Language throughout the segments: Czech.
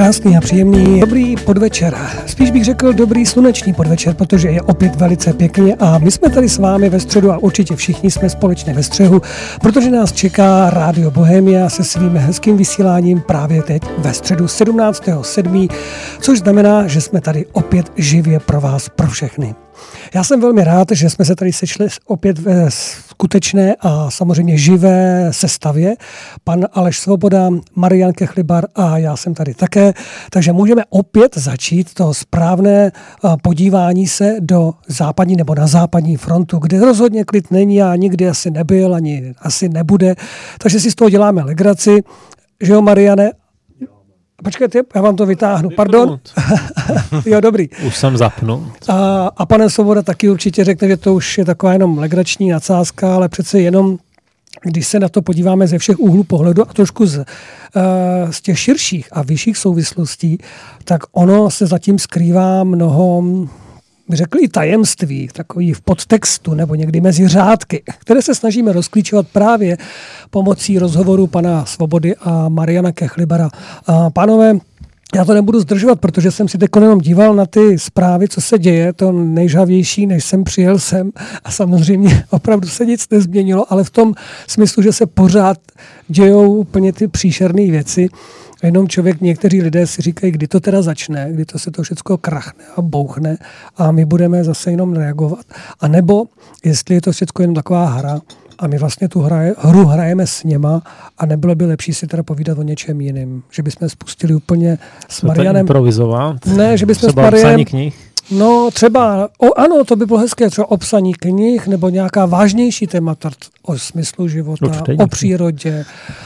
Krásný a příjemný dobrý podvečer. Spíš bych řekl dobrý sluneční podvečer, protože je opět velice pěkně a my jsme tady s vámi ve středu a určitě všichni jsme společně ve střehu, protože nás čeká Rádio Bohemia se svým hezkým vysíláním právě teď ve středu 17.7., což znamená, že jsme tady opět živě pro vás, pro všechny. Já jsem velmi rád, že jsme se tady sešli opět ve skutečné a samozřejmě živé sestavě. Pan Aleš Svoboda, Marian Kechlibar a já jsem tady také. Takže můžeme opět začít to správné podívání se do západní nebo na západní frontu, kde rozhodně klid není a nikdy asi nebyl, ani asi nebude. Takže si z toho děláme legraci. Že jo, Mariane? Počkejte, já vám to vytáhnu. Pardon. Jo, dobrý. Už jsem zapnul. A pane Svoboda taky určitě řekne, že to už je taková jenom legrační nadsázka, ale přece jenom, když se na to podíváme ze všech úhlů pohledu a trošku z těch širších a vyšších souvislostí, tak ono se zatím skrývá mnoho, bych řekl, i tajemství, takový v podtextu nebo někdy mezi řádky, které se snažíme rozklíčovat právě pomocí rozhovoru pana Svobody a Mariana Kechlibara. Pánové, já to nebudu zdržovat, protože jsem si teď jenom díval na ty zprávy, co se děje, to nejžhavější, než jsem přijel sem a samozřejmě opravdu se nic nezměnilo, ale v tom smyslu, že se pořád dějou úplně ty příšerné věci. A jenom někteří lidé si říkají, kdy to teda začne, kdy to se to všechno krachne a bouchne a my budeme zase jenom reagovat. A nebo jestli je to všechno jenom taková hra a my vlastně tu hru hrajeme s něma a nebylo by lepší si teda povídat o něčem jiným. Že bychom spustili úplně s Marianem. Improvizovat? Ne, že bychom třeba s Marianem. Knih? No třeba, ano, to by bylo hezké, třeba o psaní knih nebo nějaká vážnější témata o smyslu života, o přírodě.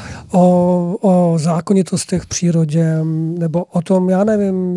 O zákonitostech v přírodě, nebo o tom, já nevím,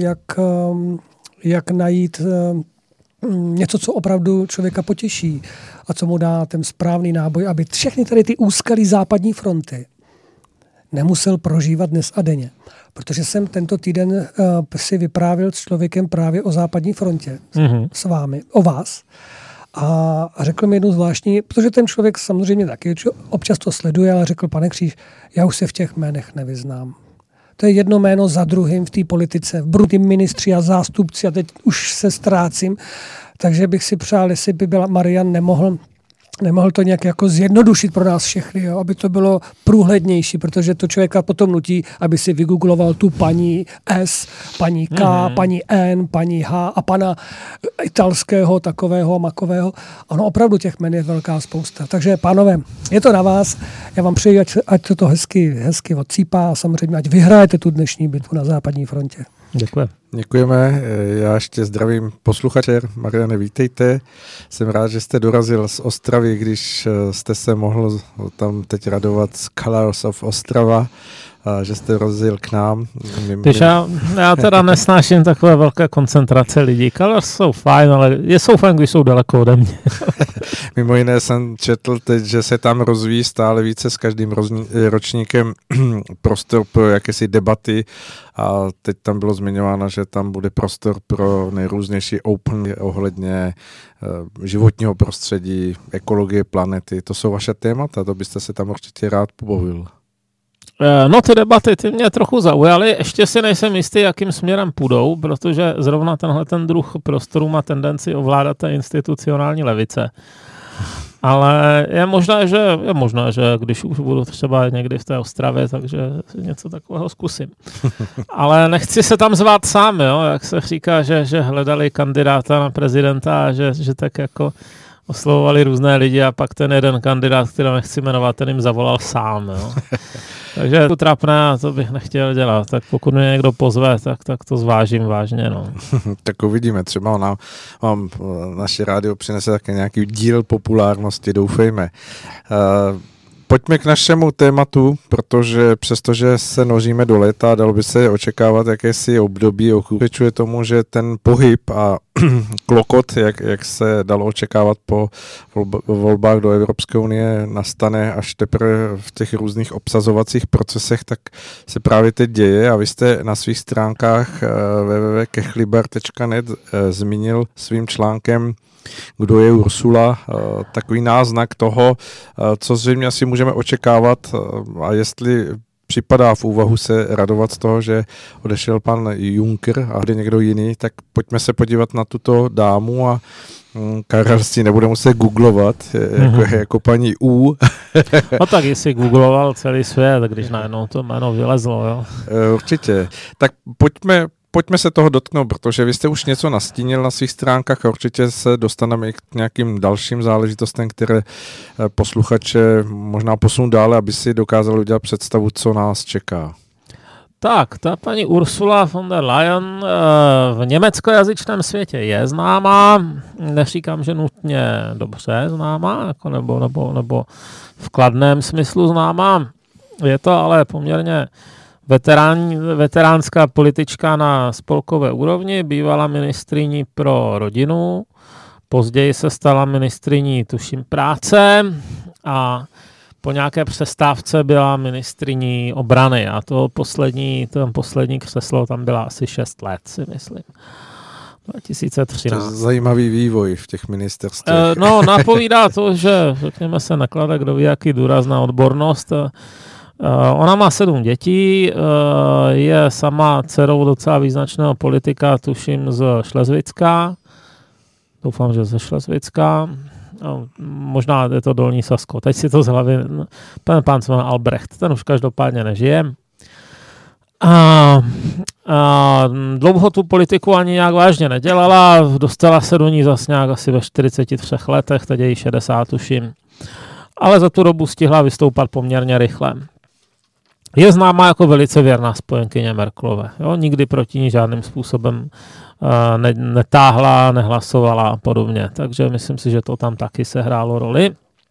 jak najít něco, co opravdu člověka potěší a co mu dá ten správný náboj, aby všechny tady ty úskalí západní fronty nemusel prožívat dnes a denně. Protože jsem tento týden si vyprávěl s člověkem právě o západní frontě, s vámi, o vás. A řekl mi jednu zvláštní, protože ten člověk samozřejmě taky občas to sleduje, ale řekl, pane Kříž, já už se v těch jménech nevyznám. To je jedno jméno za druhým v té politice, v brutým ministři a zástupci a teď už se ztrácím. Takže bych si přál, jestli by byla Marian nemohl to nějak jako zjednodušit pro nás všechny, jo? Aby to bylo průhlednější, protože to člověka potom nutí, aby si vygoogloval tu paní S, paní K, paní N, paní H a pana italského takového a makového. Ono opravdu těch jmen je velká spousta. Takže pánové, je to na vás. Já vám přeji, ať to hezky odsýpá a samozřejmě ať vyhrajete tu dnešní bitvu na západní frontě. Děkuji. Děkujeme. Já ještě zdravím posluchače. Mariane, vítejte. Jsem rád, že jste dorazil z Ostravy, když jste se mohl tam teď radovat z Colors of Ostrava, a že jste dorazil k nám. Já teda nesnáším takové velké koncentrace lidí. Colors jsou fajn, ale jsou fajn, když jsou daleko ode mě. Mimo jiné jsem četl teď, že se tam rozvíjí stále více s každým ročníkem prostor pro jakési debaty a teď tam bylo zmiňováno, že tam bude prostor pro nejrůznější open ohledně životního prostředí, ekologie planety. To jsou vaše témata, to byste se tam určitě rád pobavil. No ty debaty, ty mě trochu zaujaly, ještě si nejsem jistý, jakým směrem půjdou, protože zrovna ten druh prostoru má tendenci ovládat ta institucionální levice. Ale je možné, že když už budu třeba někdy v té Ostravě, takže si něco takového zkusím. Ale nechci se tam zvát sám, jo? Jak se říká, že hledali kandidáta na prezidenta a že tak jako oslovovali různé lidi a pak ten jeden kandidát, který nechci jmenovat, ten jim zavolal sám. Jo? Takže je to trapné a to bych nechtěl dělat. Tak pokud mě někdo pozve, tak to zvážím vážně. No. Tak uvidíme. Třeba vám naše rádio přinese také nějaký díl populárnosti, doufejme. Pojďme k našemu tématu, protože přestože se noříme do léta, dalo by se očekávat jakési období, okručuje tomu, že ten pohyb a klokot, jak se dalo očekávat po volbách do Evropské unie, nastane až teprve v těch různých obsazovacích procesech, tak se právě teď děje a vy jste na svých stránkách www.kechlibar.net zmínil svým článkem Kdo je Ursula, takový náznak toho, co zřejmě asi můžeme očekávat a jestli připadá v úvahu se radovat z toho, že odešel pan Juncker a někdo jiný, tak pojďme se podívat na tuto dámu a Karel si nebude muset googlovat jako paní U. No tak jestli googloval celý svět, když najednou to jméno vylezlo, jo. Určitě. Tak pojďme se toho dotknout, protože vy jste už něco nastínil na svých stránkách a určitě se dostaneme i k nějakým dalším záležitostem, které posluchače možná posunou dále, aby si dokázali udělat představu, co nás čeká. Tak, ta paní Ursula von der Leyen v německojazyčném světě je známá, neříkám, že nutně dobře známá, jako nebo v kladném smyslu známá. Je to ale poměrně veteránská politička na spolkové úrovni, bývala ministryní pro rodinu, později se stala ministryní, tuším, práce a po nějaké přestávce byla ministryní obrany a to poslední křeslo tam byla asi 6 let, si myslím. 2013. To je zajímavý vývoj v těch ministerstvech. No, napovídá to, že řekněme se naklade, kdo ví, jaký důraz na odbornost. Ona má 7 dětí, je sama dcerou docela význačného politika, tuším z Šlezvicka. Doufám, že ze Šlezvicka. No, možná je to Dolní Sasko. Teď si to z hlavy... Pán se jmenuje Albrecht, ten už každopádně nežije. Dlouho tu politiku ani nějak vážně nedělala, dostala se do ní zase nějak asi ve 43 letech, teď je jí 60, tuším. Ale za tu dobu stihla vystoupat poměrně rychle. Je známá jako velice věrná spojenkyně Merkelové. Jo? Nikdy proti ní žádným způsobem netáhla, nehlasovala a podobně. Takže myslím si, že to tam taky sehrálo roli.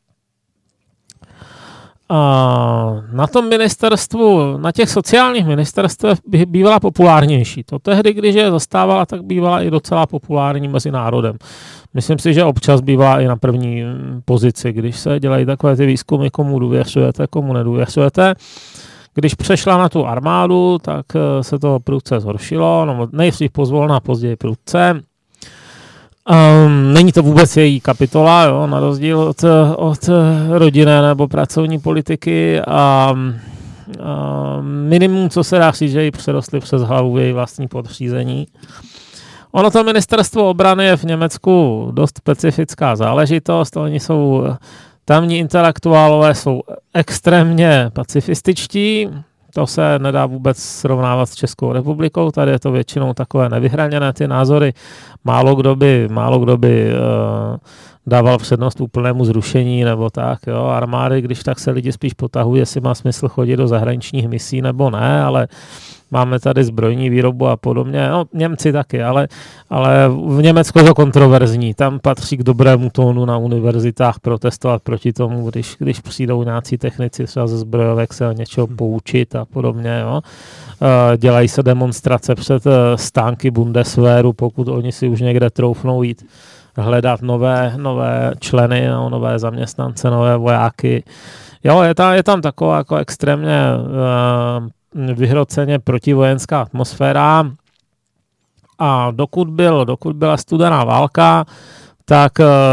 Na tom ministerstvu, na těch sociálních ministerstvech bývala populárnější. To tehdy, když je zastávala, tak bývala i docela populární mezi národem. Myslím si, že občas bývá i na první pozici, když se dělají takové ty výzkumy, komu důvěřujete, komu nedůvěřujete. Když přešla na tu armádu, tak se to prudce zhoršilo, no, nejdřív pozvolna, později prudce. Není to vůbec její kapitola, jo, na rozdíl od rodinné nebo pracovní politiky a minimum, co se dá říct, že ji přerostly přes hlavu její vlastní podřízení. Ono to ministerstvo obrany je v Německu dost specifická záležitost, oni jsou... Tamní intelektuálové jsou extrémně pacifističtí, to se nedá vůbec srovnávat s Českou republikou, tady je to většinou takové nevyhraněné ty názory, málo kdo by dával přednost úplnému zrušení nebo tak, jo, armády, když tak se lidi spíš potahují, jestli má smysl chodit do zahraničních misí nebo ne, ale máme tady zbrojní výrobu a podobně, no Němci taky, ale v Německu je to kontroverzní, tam patří k dobrému tónu na univerzitách protestovat proti tomu, když přijdou nějací technici třeba ze zbrojovek se něčeho poučit a podobně, jo. Dělají se demonstrace před stánky Bundeswehru, pokud oni si už někde troufnou jít hledat nové členy, nové zaměstnance, nové vojáky. Jo, je tam taková jako extrémně vyhroceně protivojenská atmosféra a dokud byla studená válka, tak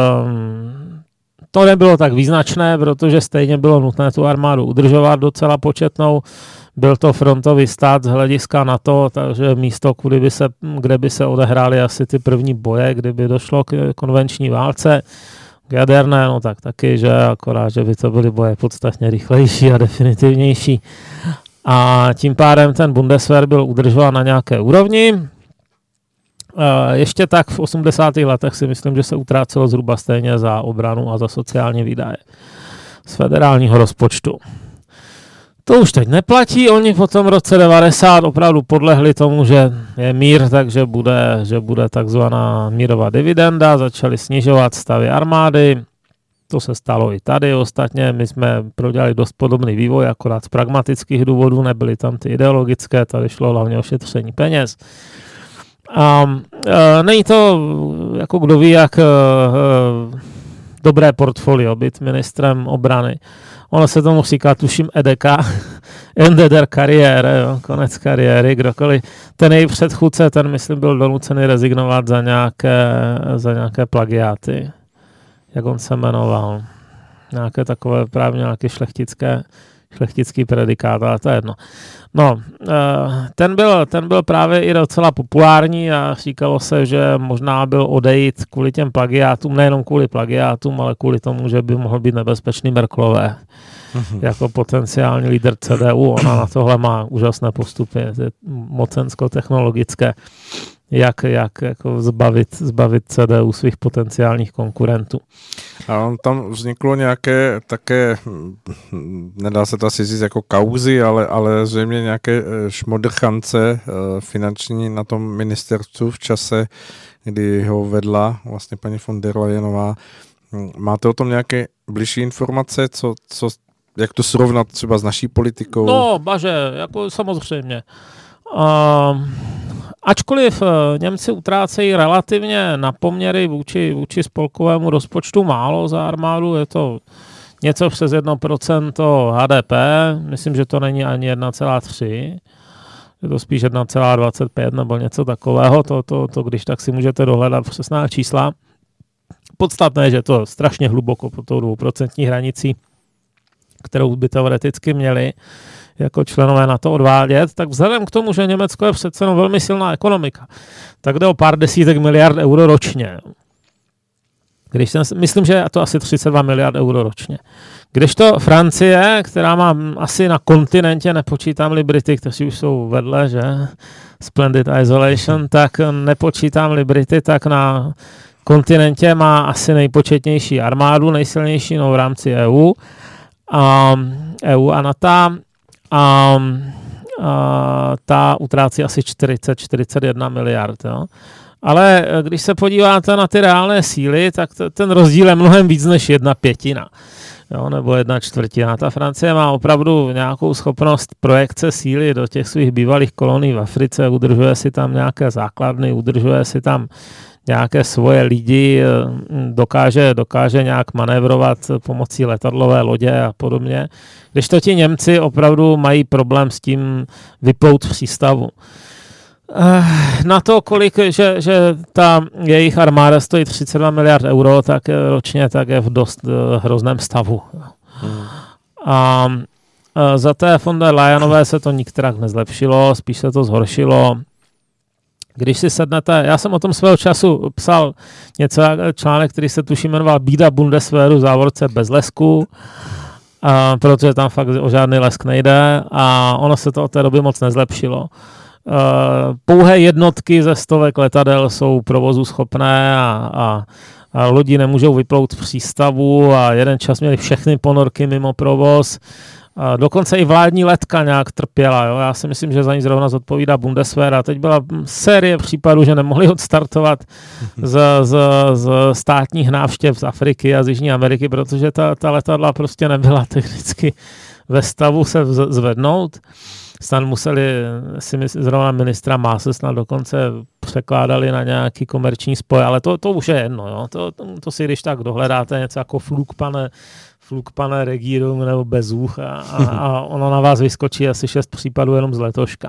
to nebylo tak význačné, protože stejně bylo nutné tu armádu udržovat docela početnou. Byl to frontový stát z hlediska NATO, takže místo, kde by se odehrály asi ty první boje, kdyby došlo k konvenční válce, k jaderné, no tak taky, že akorát, že by to byly boje podstatně rychlejší a definitivnější. A tím pádem ten Bundeswehr byl udržován na nějaké úrovni. Ještě tak v 80. letech si myslím, že se utrácelo zhruba stejně za obranu a za sociální výdaje z federálního rozpočtu. To už teď neplatí, oni po tom roce 90 opravdu podlehli tomu, že je mír, takže bude takzvaná mírová dividenda, začali snižovat stavy armády, to se stalo i tady ostatně, my jsme prodělali dost podobný vývoj, akorát z pragmatických důvodů, nebyly tam ty ideologické, tady šlo hlavně o šetření peněz. Není to, jako kdo ví, jak dobré portfolio být ministrem obrany. Ono se tomu říká, tuším, EDK, Ende der kariéry, jo, konec kariéry, kdokoliv. Ten její předchůdce, ten myslím byl donucený rezignovat za nějaké plagiáty. Jak on se jmenoval? Nějaké takové právě nějaké šlechtický predikát, ale to je jedno. No, ten byl právě i docela populární a říkalo se, že možná byl odejít kvůli těm plagiátům, nejenom kvůli plagiátům, ale kvůli tomu, že by mohl být nebezpečný Merkelové. Jako potenciální lídr CDU, ona na tohle má úžasné postupy, mocensko-technologické, jak jako zbavit CDU svých potenciálních konkurentů. A on tam vzniklo nějaké také, nedá se to asi říct jako kauzy, ale zřejmě nějaké šmodrchance finanční na tom ministerstvu v čase, kdy ho vedla vlastně paní von der Leyenová. Máte o tom nějaké bližší informace, jak to srovnat třeba s naší politikou? No, baže, jako samozřejmě. Ačkoliv Němci utrácejí relativně na poměry vůči spolkovému rozpočtu málo za armádu, je to něco přes 1% HDP, myslím, že to není ani 1,3, je to spíš 1,25 nebo něco takového, to když tak si můžete dohledat přesná čísla. Podstatné, že to strašně hluboko pod tou 2% hranicí, kterou by teoreticky měli jako členové na to odvádět, tak vzhledem k tomu, že Německo je přece velmi silná ekonomika, tak jde o pár desítek miliard euro ročně. Myslím, že je to asi 32 miliard euro ročně. Kdežto Francie, která má asi na kontinentě, nepočítám-li Brity, kteří už jsou vedle, že? Splendid Isolation, tak nepočítám-li Brity, tak na kontinentě má asi nejpočetnější armádu, nejsilnější v rámci EU a NATO. Ta utrácí asi 40-41 miliard. Jo. Ale když se podíváte na ty reálné síly, tak ten rozdíl je mnohem víc než 1/5. Jo, nebo 1/4. Ta Francie má opravdu nějakou schopnost projekce síly do těch svých bývalých kolonií v Africe, udržuje si tam nějaké základny, udržuje si tam nějaké svoje lidi, dokáže nějak manévrovat pomocí letadlové lodě a podobně. Když to ti Němci opravdu mají problém s tím vyplout v přístavu. Na to, kolik, že ta jejich armáda stojí 32 miliard euro, tak ročně tak je v dost hrozném stavu. A za té von der Leyenové se to nikterak nezlepšilo, spíš se to zhoršilo. Když si sednete, já jsem o tom svého času psal článek, který se tuším jmenoval Bída Bundeswehru v závorce bez lesku, protože tam fakt o žádný lesk nejde a ono se to od té doby moc nezlepšilo. Pouhé jednotky ze stovek letadel jsou provozu schopné a lodi nemůžou vyplout z přístavu a jeden čas měli všechny ponorky mimo provoz. Dokonce i vládní letka nějak trpěla. Jo? Já si myslím, že za ní zrovna zodpovídá Bundeswehr. A teď byla série případů, že nemohli odstartovat z státních návštěv z Afriky a z Jižní Ameriky, protože ta letadla prostě nebyla technicky ve stavu se zvednout. Snad museli, zrovna ministra Maase snad dokonce překládali na nějaký komerční spoj, ale to už je jedno. Jo? To si když tak dohledáte něco jako Flugpanne Regierung nebo Besuch a ono na vás vyskočí asi 6 případů jenom z letoška.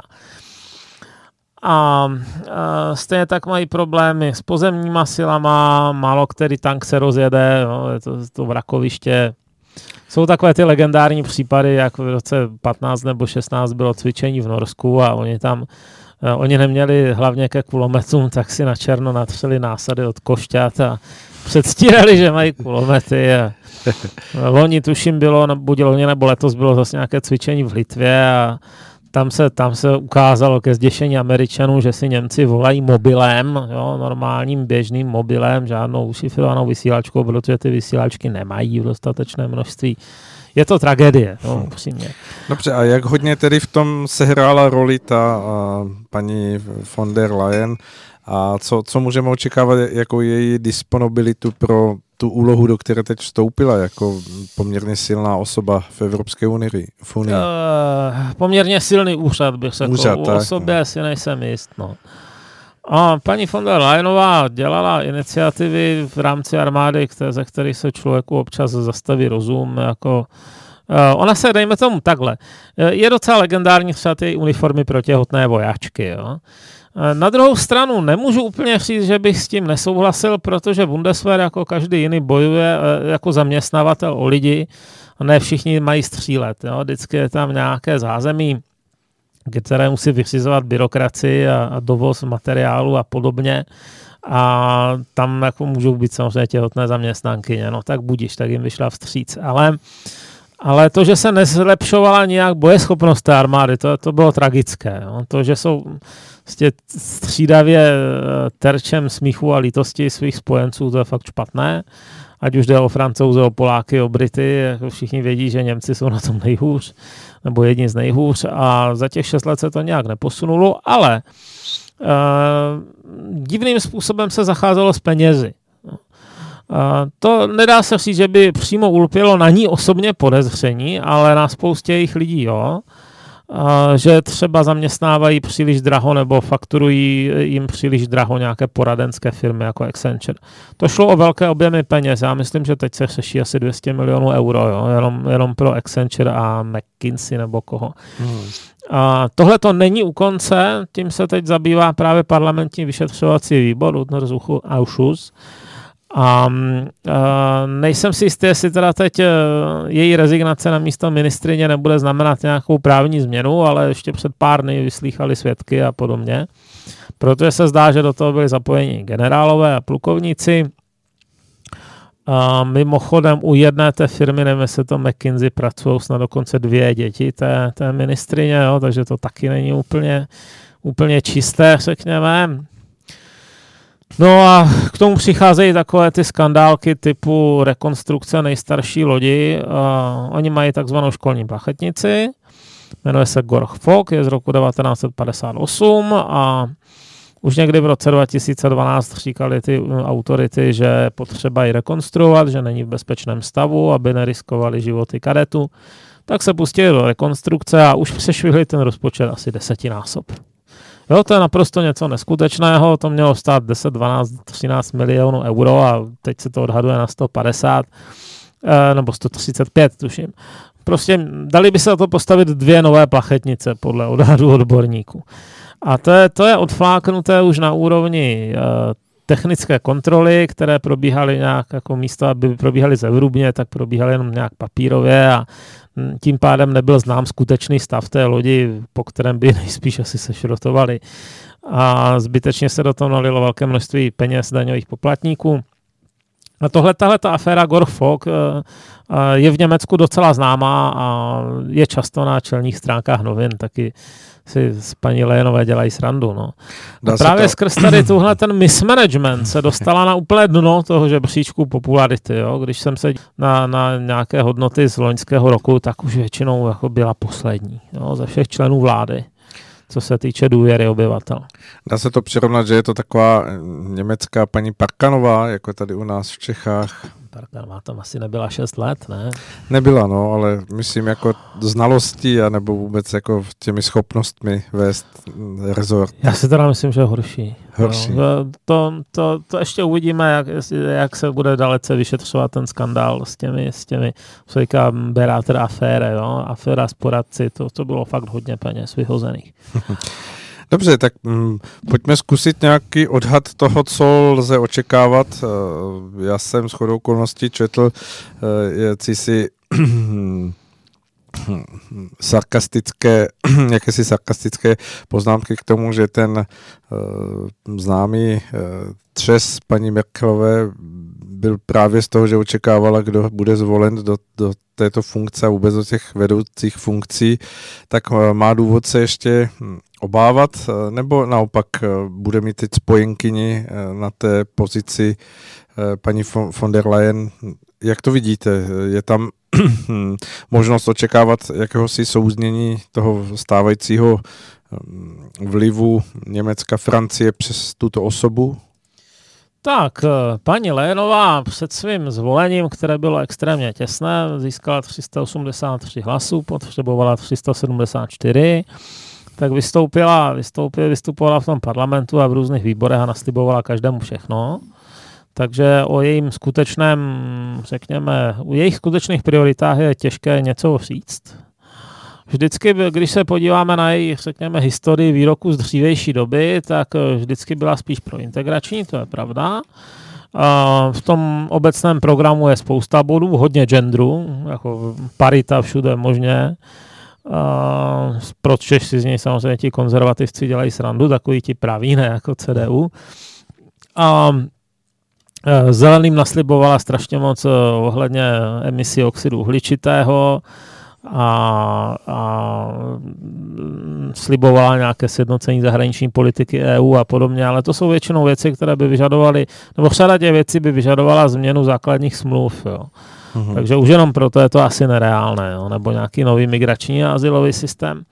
A stejně tak mají problémy s pozemníma silama, málo který tank se rozjede, jo, je to vrakoviště. Jsou takové ty legendární případy, jak v roce 15 nebo 16 bylo cvičení v Norsku a oni neměli hlavně ke kulometům, tak si na černo natřeli násady od košťat a předstírali, že mají kulomety. Loni tuším bylo, buď loni nebo letos bylo zase nějaké cvičení v Litvě a tam se ukázalo ke zděšení Američanů, že si Němci volají mobilem, jo, normálním běžným mobilem, žádnou ušifrovanou vysílačkou, protože ty vysílačky nemají v dostatečné množství. Je to tragédie, no, upřímně. Dobře, a jak hodně tedy v tom sehrála roli ta paní von der Leyen a co můžeme očekávat jako její disponibilitu pro tu úlohu, do které teď vstoupila jako poměrně silná osoba v Evropské unii? Poměrně silný úřad bych řekl. O sobě si nejsem jist. No. A paní von der Leyenová dělala iniciativy v rámci armády, ze kterých se člověku občas zastaví rozum. Jako, ona se, dejme tomu takhle, je docela legendární třeba ty uniformy pro těhotné vojáčky. Jo? Na druhou stranu nemůžu úplně říct, že bych s tím nesouhlasil, protože Bundeswehr jako každý jiný bojuje jako zaměstnavatel o lidi a ne všichni mají střílet. Jo? Vždycky je tam nějaké zázemí, které musí vyřizovat byrokracii a dovoz materiálu a podobně. A tam jako můžou být samozřejmě těhotné zaměstnankyně. No tak budiš, tak jim vyšla vstříc. Ale to, že se nezlepšovala nějak bojeschopnost té armády, to bylo tragické. No. To, že jsou střídavě terčem smíchu a lítosti svých spojenců, to je fakt špatné. Ať už jde o Francouze, o Poláky, o Brity, jako všichni vědí, že Němci jsou na tom nejhůř, nebo jedni z nejhůř a za těch 6 let se to nějak neposunulo, ale divným způsobem se zacházelo s penězi. To nedá se říct, že by přímo ulpělo na ní osobně podezření, ale na spoustě jejich lidí, jo. Že třeba zaměstnávají příliš draho nebo fakturují jim příliš draho nějaké poradenské firmy jako Accenture. To šlo o velké objemy peněz. Já myslím, že teď se řeší asi 200 milionů euro, jo? Jenom pro Accenture a McKinsey nebo koho. A tohle to není u konce, tím se teď zabývá právě parlamentní vyšetřovací výbor Untersuchungsausschuss. A nejsem si jistý, jestli teda teď její rezignace na místo ministryně nebude znamenat nějakou právní změnu, ale ještě před pár dny vyslýchali svědky a podobně. Protože se zdá, že do toho byli zapojeni generálové a plukovníci. Mimochodem u jedné té firmy, nevím, jestli to McKinsey, pracují snad dokonce 2 děti té ministryně, jo, takže to taky není úplně čisté, řekněme. No a k tomu přicházejí takové ty skandálky typu rekonstrukce nejstarší lodi. Oni mají takzvanou školní plachetnici, jmenuje se Gorch Fock, je z roku 1958 a už někdy v roce 2012 říkali ty autority, že potřeba ji rekonstruovat, že není v bezpečném stavu, aby neriskovali životy kadetů. Tak se pustili do rekonstrukce a už přešvihli ten rozpočet asi 10násob. Jo, to je naprosto něco neskutečného, to mělo stát 10, 12, 13 milionů euro a teď se to odhaduje na 150 nebo 135, tuším. Prostě dali by se na to postavit 2 nové plachetnice podle odhadu odborníků. A to je odfláknuté už na úrovni technické kontroly, které probíhaly nějak jako místo, aby probíhaly zevrubně, tak probíhaly jenom nějak papírově a tím pádem nebyl znám skutečný stav té lodi, po kterém by nejspíš asi sešrotovali. A zbytečně se do toho nalilo velké množství peněz daňových poplatníků. A tahleta aféra Gorch Fock je v Německu docela známá a je často na čelních stránkách novin, taky si s paní Leyenové dělají srandu. No. A právě skrz tady tuhle ten mismanagement se dostala na úplné dno toho žebříčku popularity. Jo. Když jsem se na nějaké hodnoty z loňského roku, tak už většinou jako byla poslední, jo, ze všech členů vlády, co se týče důvěry obyvatel. Dá se to přirovnat, že je to taková německá paní Parkanová, jako tady u nás v Čechách. Parkanová tam asi nebyla 6 let, ne? Nebyla, no, ale myslím jako znalostí a nebo vůbec jako těmi schopnostmi vést rezort. Já si teda myslím, že je horší. Horší. No, to ještě uvidíme, jak se bude dalece vyšetřovat ten skandál s těmi co říká Berater aféry, jo? Aféra s poradci, to bylo fakt hodně peněz vyhozených. Dobře, tak pojďme zkusit nějaký odhad toho, co lze očekávat. Já jsem shodou okolností četl jakési sarkastické poznámky k tomu, že ten známý třes paní Merkelové byl právě z toho, že očekávala, kdo bude zvolen do této funkce a vůbec do těch vedoucích funkcí, tak má důvod se ještě obávat, nebo naopak bude mít teď spojenkyni na té pozici paní von der Leyen. Jak to vidíte? Je tam možnost očekávat jakéhosi souznění toho stávajícího vlivu Německa, Francie přes tuto osobu? Tak, paní Leyenová před svým zvolením, které bylo extrémně těsné, získala 383 hlasů, potřebovala 374, tak vystupovala v tom parlamentu a v různých výborech a naslibovala každému všechno. Takže o jejím skutečném, řekněme, u jejich skutečných prioritách je těžké něco říct. vždycky, když se podíváme na její, řekněme, historii výroku z dřívější doby, tak vždycky byla spíš pro integrační, to je pravda. V tom obecném programu je spousta bodů, hodně genderu, jako parita všude možně. Proč si z něj samozřejmě ti konzervativci dělají srandu, takový ti praví, ne jako CDU. Zeleným naslibovala strašně moc ohledně emisí oxidu uhličitého a slibovala nějaké sjednocení zahraniční politiky EU a podobně, ale to jsou většinou věci, které by vyžadovaly, nebo řada těch věcí by vyžadovala změnu základních smluv. Jo. Takže už jenom proto je to asi nereálné, jo, nebo nějaký nový migrační a azylový systém.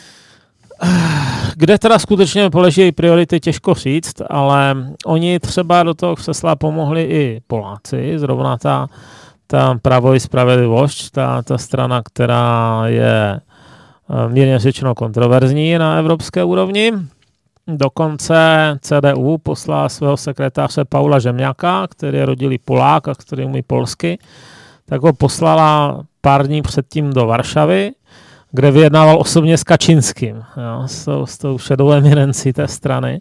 Kde teda skutečně poleží priority, těžko říct, ale oni třeba do toho křesla pomohli i Poláci, zrovna ta Pravo i spravedlivost, ta strana, která je mírně řečeno kontroverzní na evropské úrovni. Dokonce CDU poslala svého sekretáře Paula Žemňaka, který je rodilý Polák a který umí polsky, tak ho poslala pár dní předtím do Varšavy, kde vyjednával osobně s Kačinským, jo, s tou šedou eminencí té strany.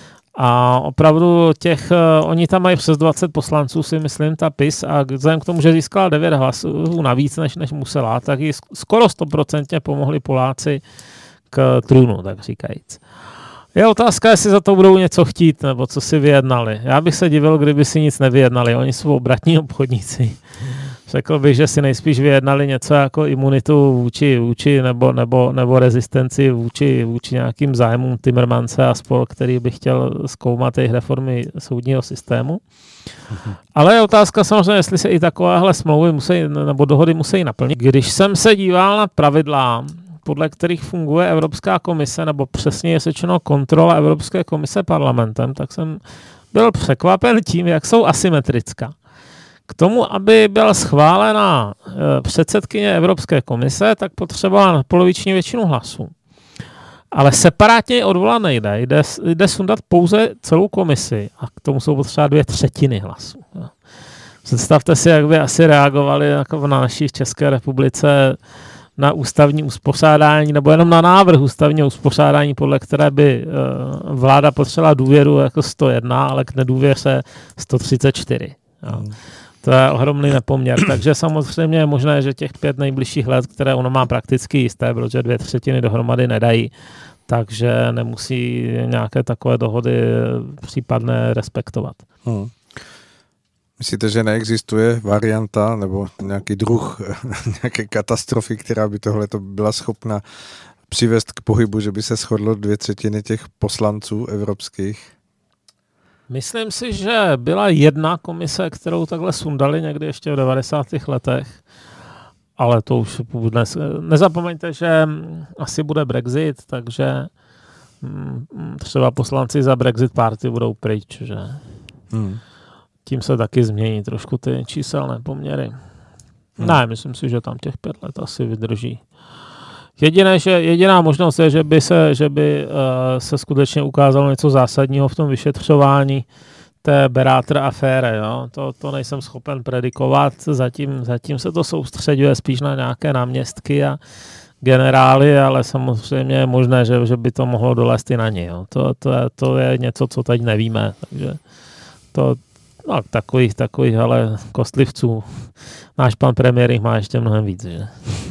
A opravdu oni tam mají přes 20 poslanců, si myslím, ta PiS, a vzhledem k tomu, že získala 9 hlasů navíc, než musela, tak ji skoro 100% pomohli Poláci k trůnu, tak říkajíc. Je otázka, jestli za to budou něco chtít, nebo co si vyjednali. Já bych se divil, kdyby si nic nevyjednali. Oni jsou obratní obchodníci. Řekl bych, že si nejspíš vyjednali něco jako imunitu vůči nebo rezistenci vůči nějakým zájmům Timmermanse a spol, který by chtěl zkoumat jejich reformy soudního systému. Ale je otázka samozřejmě, jestli se i takovéhle smlouvy nebo dohody musí naplnit. Když jsem se díval na pravidla, podle kterých funguje Evropská komise, nebo přesně řečeno kontrola Evropské komise parlamentem, tak jsem byl překvapen tím, jak jsou asymetrická. K tomu, aby byla schválena předsedkyně Evropské komise, tak potřebovala poloviční většinu hlasů. Ale separátně odvolat nejde. Jde sundat pouze celou komisi a k tomu jsou potřeba 2/3 hlasů. Představte si, jak by asi reagovali jako na naší České republice na ústavní uspořádání, nebo jenom na návrh ústavního uspořádání, podle které by vláda potřebovala důvěru jako 101, ale k nedůvěře 134. Jo. To je ohromný nepoměr, takže samozřejmě je možné, že těch 5 nejbližších let, které ono má prakticky jisté, protože 2/3 dohromady nedají, takže nemusí nějaké takové dohody případné respektovat. Myslíte, že neexistuje varianta nebo nějaký druh nějaké katastrofy, která by tohleto byla schopna přivést k pohybu, že by se shodlo 2/3 těch poslanců evropských? Myslím si, že byla jedna komise, kterou takhle sundali někdy ještě v 90. letech, ale to už dnes. Nezapomeňte, že asi bude Brexit, takže třeba poslanci za Brexit Party budou pryč, že? Tím se taky změní trošku ty číselné poměry. Ne, myslím si, že tam těch 5 let asi vydrží. Jediná možnost je, že by se skutečně ukázalo něco zásadního v tom vyšetřování té Berater aféry. Jo? To nejsem schopen predikovat. Zatím se to soustředuje spíš na nějaké náměstky a generály, ale samozřejmě je možné, že by to mohlo dolézt i na ně. Jo? To je něco, co teď nevíme. Takže takových ale kostlivců. Náš pan premiér jich má ještě mnohem víc. Že?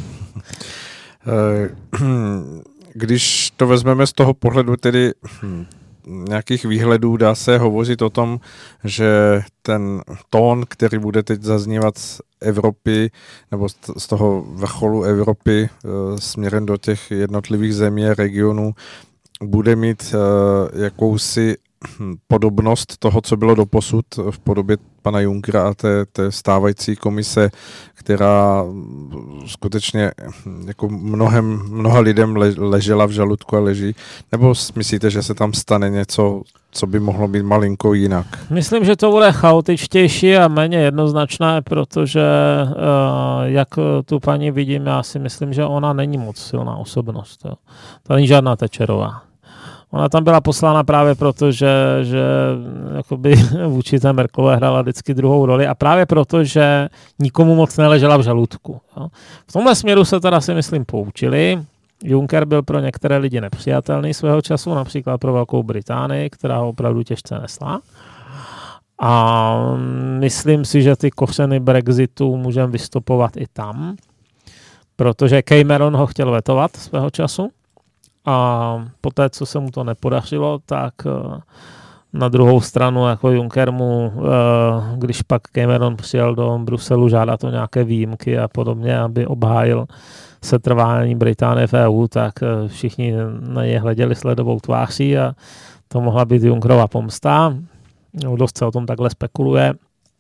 Když to vezmeme z toho pohledu tedy nějakých výhledů, dá se hovořit o tom, že ten tón, který bude teď zaznívat z Evropy nebo z toho vrcholu Evropy směrem do těch jednotlivých zemí a regionů, bude mít jakousi podobnost toho, co bylo doposud v podobě pana Junckera a té stávající komise, která skutečně jako mnoha lidem ležela v žaludku a leží? Nebo myslíte, že se tam stane něco, co by mohlo být malinko jinak? Myslím, že to bude chaotičtější a méně jednoznačné, protože jak tu paní vidím, já si myslím, že ona není moc silná osobnost. Jo. To není žádná Thatcherová. Ona tam byla poslána právě proto, že jakoby vůči té Merkelové hrála vždycky druhou roli a právě proto, že nikomu moc neležela v žaludku. Jo. V tomhle směru se teda si myslím poučili. Juncker byl pro některé lidi nepřijatelný svého času, například pro Velkou Británii, která ho opravdu těžce nesla. A myslím si, že ty kořeny Brexitu můžeme vystopovat i tam, protože Cameron ho chtěl vetovat svého času a poté, co se mu to nepodařilo, tak na druhou stranu jako Juncker mu, když pak Cameron přijel do Bruselu žádat o nějaké výjimky a podobně, aby obhájil setrvání Británie v EU, tak všichni na ně hleděli sledovou tváří a to mohla být Junckerova pomsta. Dost se o tom takhle spekuluje.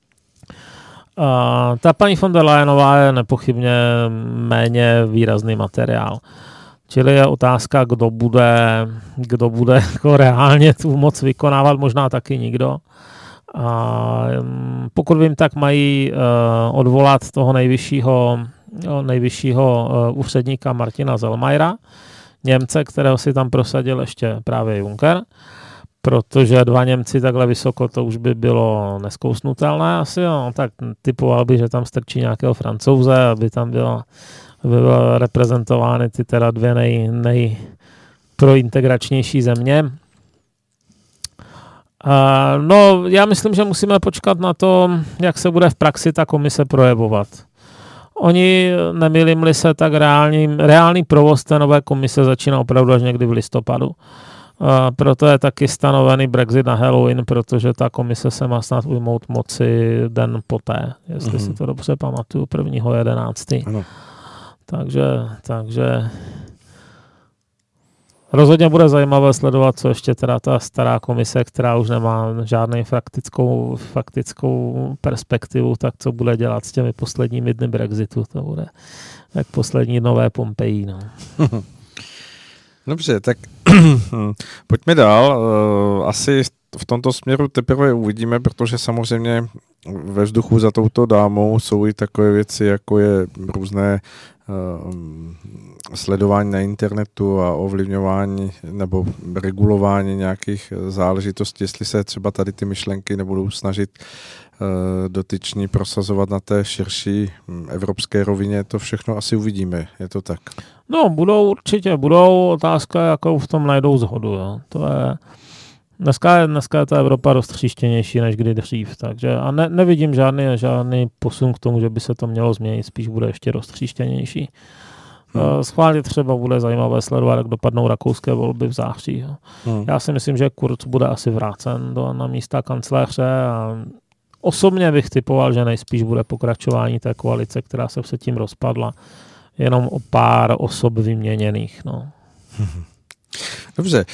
Ta paní von der Leyenová je nepochybně méně výrazný materiál. Čili je otázka, kdo bude jako reálně tu moc vykonávat, možná taky nikdo. A pokud vím, tak mají odvolat toho nejvyššího úředníka Martina Selmayra, Němce, kterého si tam prosadil ještě právě Juncker, protože 2 Němci takhle vysoko, to už by bylo neskousnutelné asi, no, tak typoval by, že tam strčí nějakého Francouze, aby tam bylo reprezentovány ty teda 2 nejprointegračnější země. No, já myslím, že musíme počkat na to, jak se bude v praxi ta komise projevovat. Oni, nemýlím-li se, tak reálný provoz té nové komise začíná opravdu až někdy v listopadu. Proto je taky stanovený Brexit na Halloween, protože ta komise se má snad ujmout moci den poté, jestli si to dobře pamatuju, 1.11. Ano. Takže rozhodně bude zajímavé sledovat, co ještě teda ta stará komise, která už nemá žádnou faktickou perspektivu, tak co bude dělat s těmi posledními dny Brexitu. To bude jak poslední nové Pompeji. No. Dobře, tak pojďme dál. Asi v tomto směru teprve uvidíme, protože samozřejmě ve vzduchu za touto dámou jsou i takové věci, jako je různé sledování na internetu a ovlivňování nebo regulování nějakých záležitostí, jestli se třeba tady ty myšlenky nebudou snažit dotyční prosazovat na té širší evropské rovině, to všechno asi uvidíme, je to tak? No, určitě budou, otázka, jakou v tom najdou shodu, jo. To je dneska je ta Evropa roztříštěnější než kdy dřív, takže a nevidím žádný posun k tomu, že by se to mělo změnit, spíš bude ještě roztříštěnější. Schválně třeba bude zajímavé sledovat, jak dopadnou rakouské volby v září. Jo. Já si myslím, že Kurz bude asi vrácen na místa kancléře a osobně bych typoval, že nejspíš bude pokračování té koalice, která se předtím rozpadla, jenom o pár osob vyměněných. No. Dobře.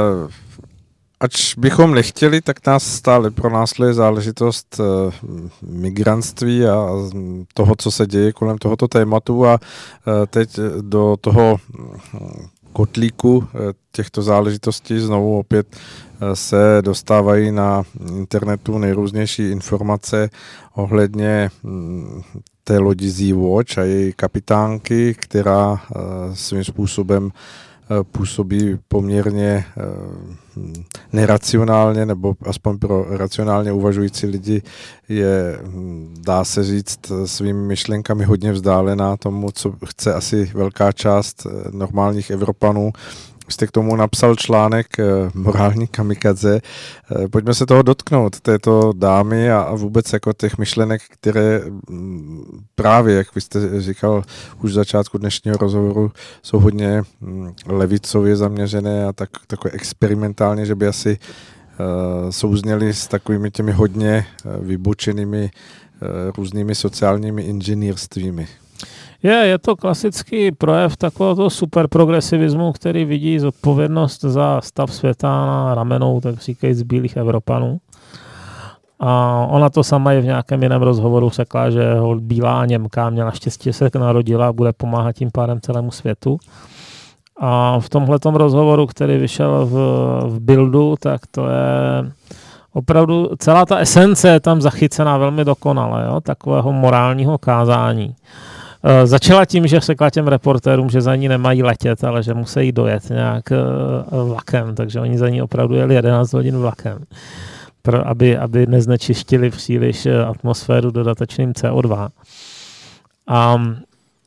Ač bychom nechtěli, tak nás stále pronásleduje záležitost migrantství a toho, co se děje kolem tohoto tématu a teď do toho kotlíku těchto záležitostí znovu opět se dostávají na internetu nejrůznější informace ohledně té lodi Sea-Watch a její kapitánky, která svým způsobem působí poměrně neracionálně, nebo aspoň pro racionálně uvažující lidi je, dá se říct, svými myšlenkami hodně vzdálená tomu, co chce asi velká část normálních Evropanů. Jste k tomu napsal článek Morální kamikadze. Pojďme se toho dotknout, této dámy a vůbec jako těch myšlenek, které právě, jak vy jste říkal už v začátku dnešního rozhovoru, jsou hodně levicově zaměřené a takové experimentálně, že by asi souzněly s takovými těmi hodně vybočenými různými sociálními inženýrstvími. Je to klasický projev takového superprogresivismu, který vidí zodpovědnost za stav světa na ramenou, tak říkají, z bílých Evropanů. A ona to sama i v nějakém jiném rozhovoru řekla, že bílá Němka měla štěstí, že se narodila a bude pomáhat tím pádem celému světu. A v tomhletom rozhovoru, který vyšel v Bildu, tak to je opravdu, celá ta esence je tam zachycená velmi dokonale, jo? Takového morálního kázání. Začala tím, že řekla těm reportérům, že za ní nemají letět, ale že musí dojet nějak vlakem, takže oni za ní opravdu jeli 11 hodin vlakem, aby neznečištili příliš atmosféru dodatečným CO2. A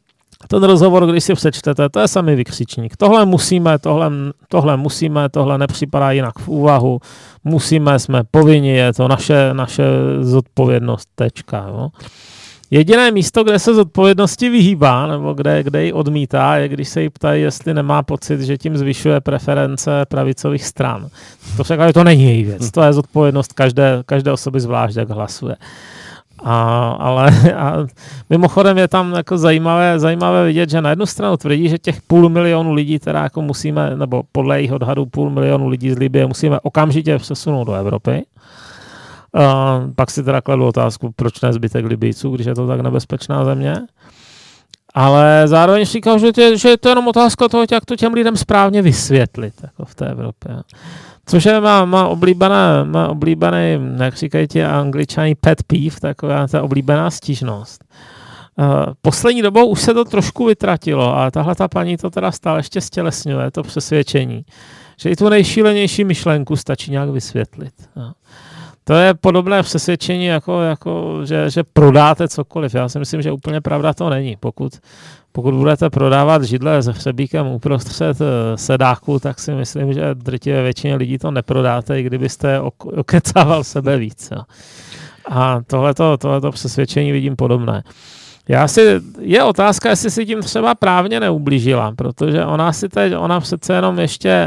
Ten rozhovor, když si přečtete, to je samý vykřičník. Tohle musíme, tohle nepřipadá jinak v úvahu, musíme, jsme povinni, je to naše zodpovědnost, tečka. Jo. Jediné místo, kde se zodpovědnosti vyhýbá, nebo kde ji odmítá, je, když se jí ptají, jestli nemá pocit, že tím zvyšuje preference pravicových stran. To však ale to není její věc, to je zodpovědnost každé osoby zvlášť, jak hlasuje. Ale mimochodem je tam jako zajímavé vidět, že na jednu stranu tvrdí, že těch 500 000 lidí, teda jako musíme, nebo podle jejich odhadů 500 000 lidí z Libye musíme okamžitě přesunout do Evropy. Pak si teda kladl otázku, proč ne zbytek Libyjců, když je to tak nebezpečná země. Ale zároveň říkal, že je to jenom otázka toho, jak to těm lidem správně vysvětlit jako v té Evropě. Což je má oblíbený, jak říkají ti Angličani, pet peeve, taková ta oblíbená stížnost. Poslední dobou už se to trošku vytratilo, ale tahle ta paní to teda stále ještě stělesňuje, to přesvědčení, že i tu nejšílenější myšlenku stačí nějak vysvětlit. To je podobné přesvědčení, že prodáte cokoliv. Já si myslím, že úplně pravda to není. Pokud budete prodávat židle s hřebíkem uprostřed sedáku, tak si myslím, že drtivé většině lidí to neprodáte, i kdybyste okecával sebe víc. Jo. A tohleto přesvědčení vidím podobné. Je otázka, jestli si tím třeba právně neublížila, protože ona přece jenom ještě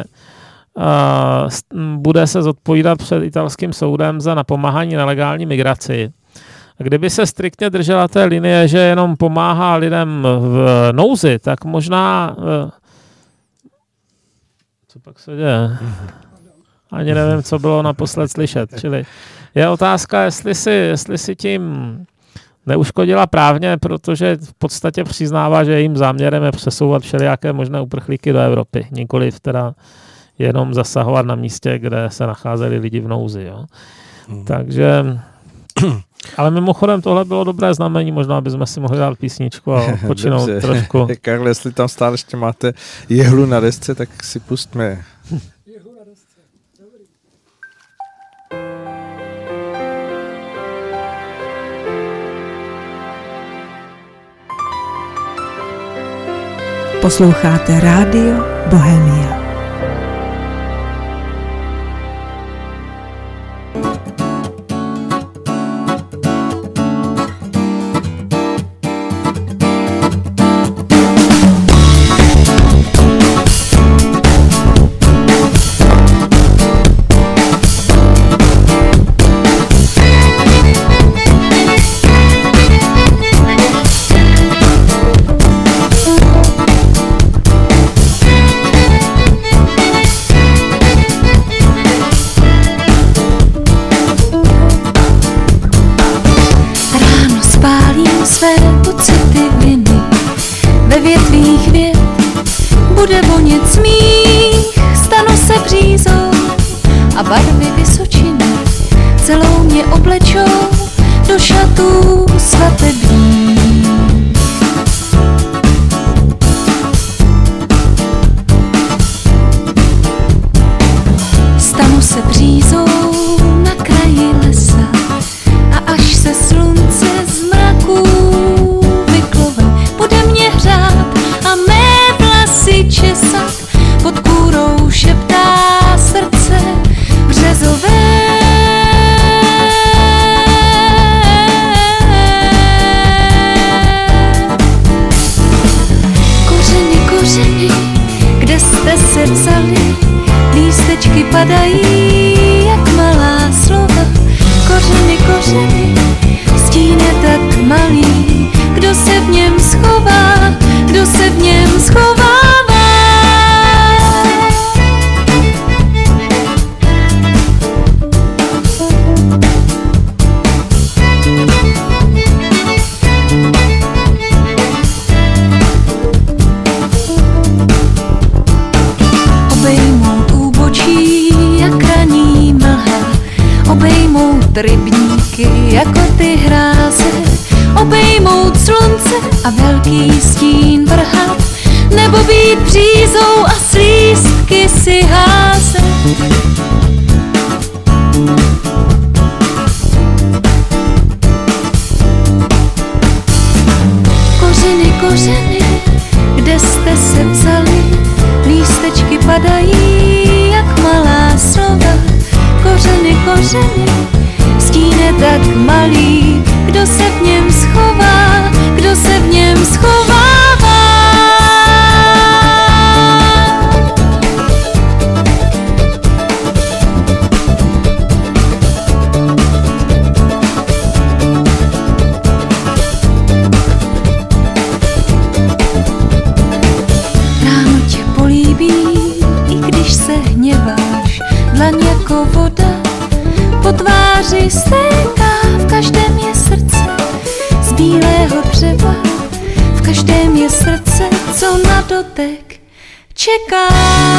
bude se zodpovídat před italským soudem za napomáhání nelegální migraci. A kdyby se striktně držela té linie, že jenom pomáhá lidem v nouzi, tak možná... Co pak se děje? Ani nevím, co bylo naposled slyšet. Čili je otázka, jestli si tím neuškodila právně, protože v podstatě přiznává, že jejím záměrem je přesouvat všelijaké možné uprchlíky do Evropy. Nikoliv teda jenom zasahovat na místě, kde se nacházeli lidi v nouzi. Jo. Takže... Ale mimochodem tohle bylo dobré znamení, možná bychom si mohli dát písničku a počinout trošku. Karle, jestli tam stále ještě máte jehlu na desce, tak si pustme. Jehlu na desce, dobrý. Posloucháte Rádio Bohemia. Barvy Vysočiny celou mě oblečou do šatů svatební. Stanu se břízou na kraji lesa a až se slunce z mraků vyklove, bude mě hřát a mé vlasy česat, pod kůrou šeptá srdce březové. Kořeny, kde jste se vzali, lístečky padají jak malá slova. Kořeny, stín je tak malý, kdo se v něm schová, kdo se v něm schovává. Obejmout rybníky jako ty hráze, obejmout slunce a velký stín vrhat, nebo být břízou a slístky si házet. Kořeny, kde jste se vzali, lístečky padají jak malá slova, kořeny, stín je tak malý, kdo se v něm schová, kdo se v něm schovává. Ráno tě políbí, i když se hněváš, dlaň jako voda po tváři stéká, v každém je srdce z bílého dřeva, v každém je srdce, co na dotek čeká.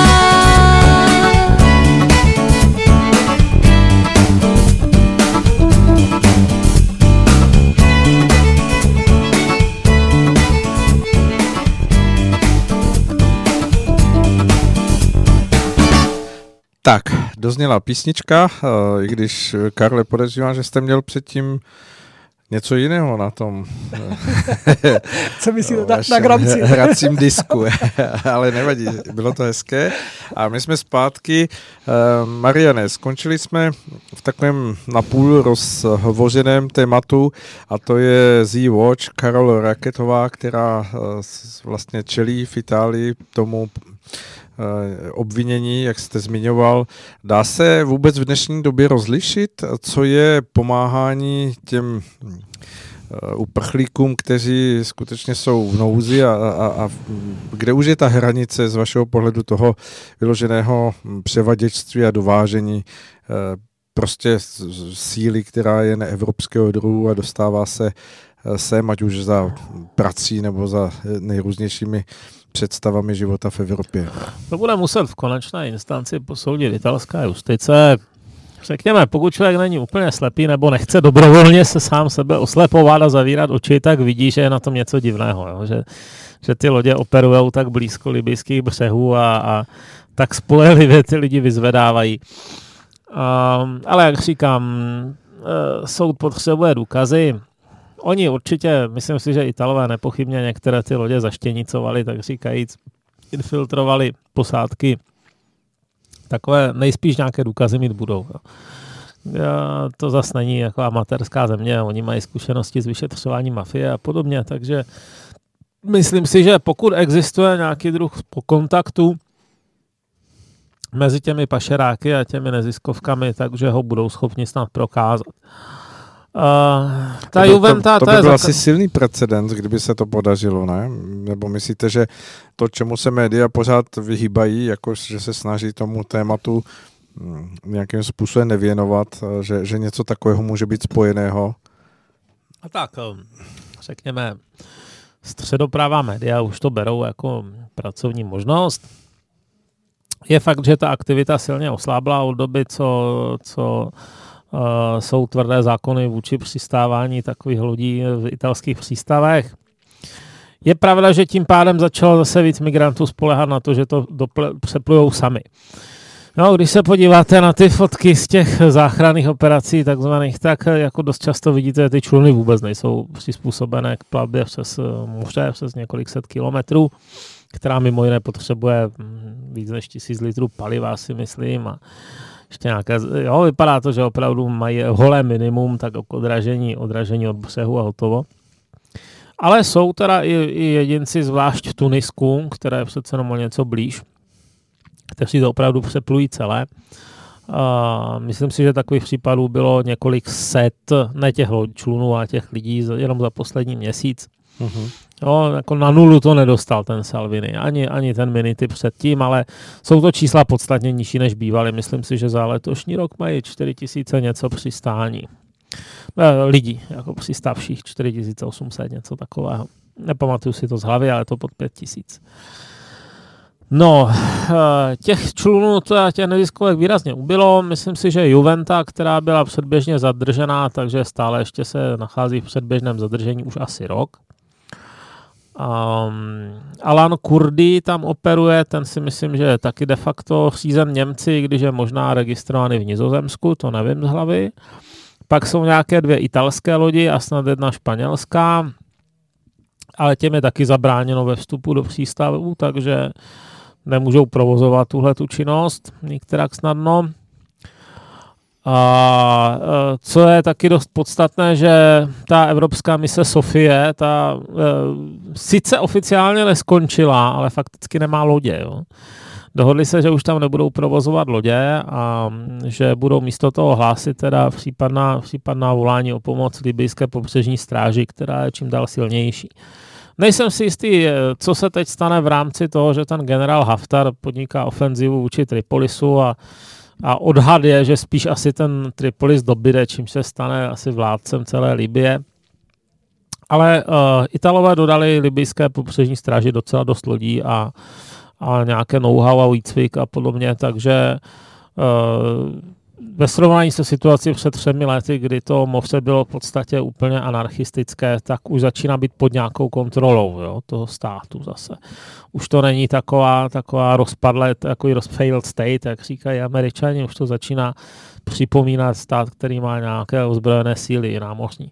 Tak, dozněla písnička, i když, Karle, podezřívám, že jste měl předtím něco jiného na tom. Co myslíte na gramci? Hracím disku, ale nevadí, bylo to hezké. A my jsme zpátky. Mariane, skončili jsme v takovém napůl rozhovořeném tématu a to je Z-Watch, Karol Raketová, která vlastně čelí v Itálii tomu obvinění, jak jste zmiňoval. Dá se vůbec v dnešní době rozlišit, co je pomáhání těm uprchlíkům, kteří skutečně jsou v nouzi a kde už je ta hranice z vašeho pohledu toho vyloženého převaděčství a dovážení prostě síly, která je neevropského druhu a dostává se sem, ať už za prací nebo za nejrůznějšími představami života v Evropě. To bude muset v konečné instanci posoudit italská justice. Řekněme, pokud člověk není úplně slepý nebo nechce dobrovolně se sám sebe oslepovat a zavírat oči, tak vidí, že je na tom něco divného. Jo? Že ty lodě operujou tak blízko libyjských břehů a tak spolehlivě ty lidi vyzvedávají. Ale jak říkám, soud potřebuje důkazy. Oni určitě, myslím si, že Italové nepochybně některé ty lodě zaštěnicovali, tak říkajíc, infiltrovali posádky. Takové nejspíš nějaké důkazy mít budou. To zase není jako amatérská země, oni mají zkušenosti s vyšetřováním mafie a podobně, takže myslím si, že pokud existuje nějaký druh kontaktu mezi těmi pašeráky a těmi neziskovkami, takže ho budou schopni snad prokázat. Ta Juventa, to by byl asi silný precedens, kdyby se to podařilo, ne? Nebo myslíte, že to, čemu se média pořád vyhýbají, jako že se snaží tomu tématu nějakým způsobem nevěnovat, že něco takového může být spojeného? A tak, řekněme, středopravá média už to berou jako pracovní možnost. Je fakt, že ta aktivita silně oslábla od doby, co jsou tvrdé zákony vůči přistávání takových lodí v italských přístavech. Je pravda, že tím pádem začalo zase víc migrantů spoléhat na to, že to přeplujou sami. No, když se podíváte na ty fotky z těch záchranných operací takzvaných, tak jako dost často vidíte, že ty čluny vůbec nejsou přizpůsobené k plavbě přes moře, přes několik set kilometrů, která mimo jiné potřebuje víc než 1000 litrů paliva, si myslím, a ještě nějaké, jo, vypadá to, že opravdu mají holé minimum, tak odražení od břehu a hotovo. Ale jsou teda i jedinci, zvlášť v Tunisku, které je přece jenom o něco blíž, kteří to opravdu přeplují celé. Myslím si, že takových případů bylo několik set, ne těch člunů, ale těch lidí jenom za poslední měsíc. Uh-huh. Jo, jako na nulu to nedostal ten Salvini, ani ten Minity předtím, ale jsou to čísla podstatně nižší, než bývaly. Myslím si, že za letošní rok mají 4000 něco přistání. Lidí, jako přistavších 4800, něco takového. Nepamatuju si to z hlavy, ale to pod 5000. No, těch člunů, těch neziskovek výrazně ubylo. Myslím si, že Juventa, která byla předběžně zadržená, takže stále ještě se nachází v předběžném zadržení už asi rok. Alan Kurdi tam operuje, ten si myslím, že je taky de facto řízen Němci, když je možná registrovaný v Nizozemsku, to nevím z hlavy. Pak jsou nějaké 2 italské lodi a snad 1 španělská. ale těm je taky zabráněno ve vstupu do přístavu, takže nemůžou provozovat tuhletu činnost nikterak snadno. A co je taky dost podstatné, že ta evropská mise Sofie, ta sice oficiálně neskončila, ale fakticky nemá lodě. Jo. Dohodli se, že už tam nebudou provozovat lodě a že budou místo toho hlásit teda případná volání o pomoc libyjské pobřežní stráži, která je čím dál silnější. Nejsem si jistý, co se teď stane v rámci toho, že ten generál Haftar podniká ofenzivu vůči Tripolisu a odhad je, že spíš asi ten Tripolis dobyde, čím se stane asi vládcem celé Libye. Ale Italové dodali libyjské pobřežní stráži docela dost lodí a nějaké know-how a výcvik a podobně, takže ve srovnání se situací před 3 lety, kdy to moře bylo v podstatě úplně anarchistické, tak už začíná být pod nějakou kontrolou, jo, toho státu zase. Už to není taková rozpadlé, takový failed state, jak říkají Američani, už to začíná připomínat stát, který má nějaké ozbrojené síly námořní.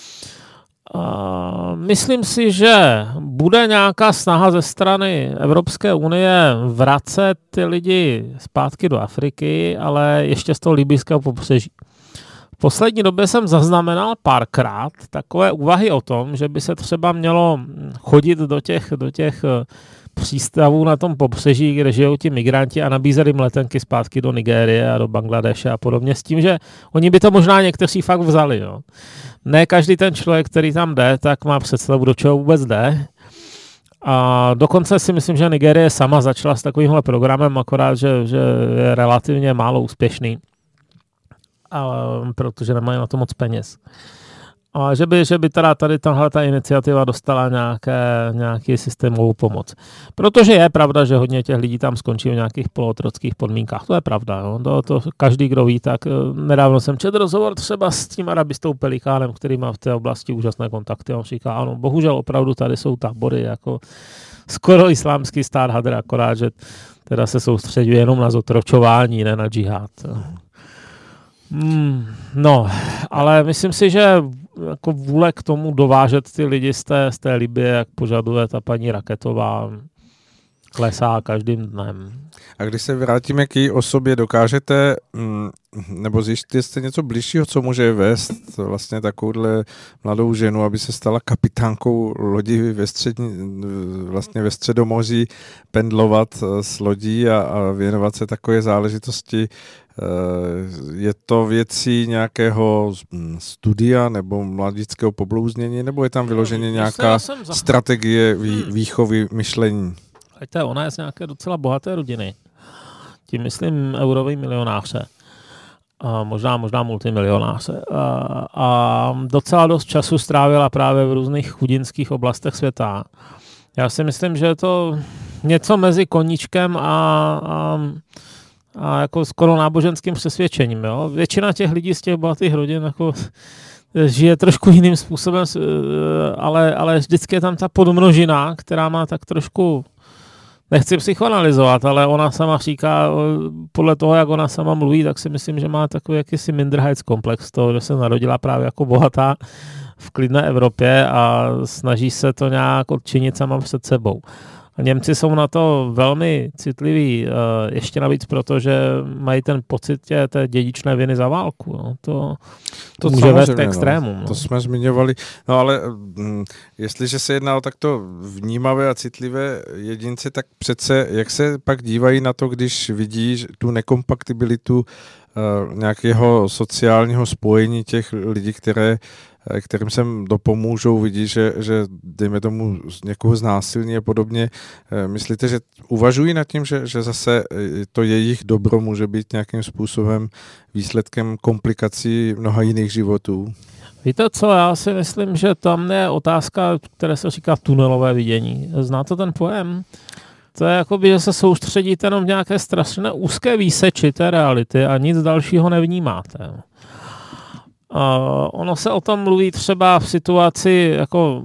Myslím si, že bude nějaká snaha ze strany Evropské unie vracet ty lidi zpátky do Afriky, ale ještě z toho libyjského pobřeží. V poslední době jsem zaznamenal párkrát takové úvahy o tom, že by se třeba mělo chodit do těch přístavů na tom pobřeží, kde žijou ti migranti a nabízet jim letenky zpátky do Nigérie a do Bangladeše a podobně, s tím, že oni by to možná někteří fakt vzali. Jo. Ne každý ten člověk, který tam jde, tak má představu, do čeho vůbec jde. A dokonce si myslím, že Nigérie sama začala s takovýmhle programem, akorát, že je relativně málo úspěšný, protože nemají na to moc peněz. A že by teda tady tahleta iniciativa dostala nějaký systémovou pomoc. Protože je pravda, že hodně těch lidí tam skončí v nějakých polootrockých podmínkách. To je pravda. Jo? To každý, kdo ví, tak nedávno jsem četl rozhovor třeba s tím arabistou Pelikánem, který má v té oblasti úžasné kontakty. On říká, ano, bohužel opravdu tady jsou tábory jako skoro islámský stát hadr, akorát, že teda se soustředí jenom na zotročování, ne na džihad. No, ale myslím si, že jako vůle k tomu dovážet ty lidi z té Libye, jak požaduje ta paní Raketová, klesá každým dnem. A když se vrátíme k její osobě, dokážete, nebo zjistíte jste něco bližšího, co může vést vlastně takovouhle mladou ženu, aby se stala kapitánkou lodi ve Středomoří, pendlovat s lodí a věnovat se takové záležitosti. Je to věcí nějakého studia nebo mladického poblouznění, nebo je tam vyloženě nějaká strategie výchovy myšlení? Ona je z nějaké docela bohaté rodiny. Tím myslím eurový milionáře. Možná multimilionáře. A docela dost času strávila právě v různých chudinských oblastech světa. Já si myslím, že je to něco mezi koníčkem a jako skoro náboženským přesvědčením. Jo? Většina těch lidí z těch bohatých rodin jako žije trošku jiným způsobem, ale vždycky je tam ta podmnožina, která má tak trošku, nechci psychoanalyzovat, ale ona sama říká, podle toho, jak ona sama mluví, tak si myslím, že má takový jakýsi Minderheitskomplex toho, že se narodila právě jako bohatá v klidné Evropě a snaží se to nějak odčinit sama před sebou. A Němci jsou na to velmi citliví, ještě navíc proto, že mají ten pocit té dědičné viny za válku. No. To může vést k extrémům. No. To jsme zmiňovali. No ale jestliže se jedná o takto vnímavé a citlivé jedince, tak přece jak se pak dívají na to, když vidí tu nekompatibilitu nějakého sociálního spojení těch lidí, kterým se dopomůžou, vidí, že dejme tomu někoho znásilní a podobně. Myslíte, že uvažují nad tím, že zase to jejich dobro může být nějakým způsobem výsledkem komplikací mnoha jiných životů? Víte co, já si myslím, že tam je otázka, které se říká tunelové vidění. Znáte ten pojem? To je jakoby, že se soustředíte jenom v nějaké strašné úzké výseči té reality a nic dalšího nevnímáte. Ono se o tom mluví třeba v situaci jako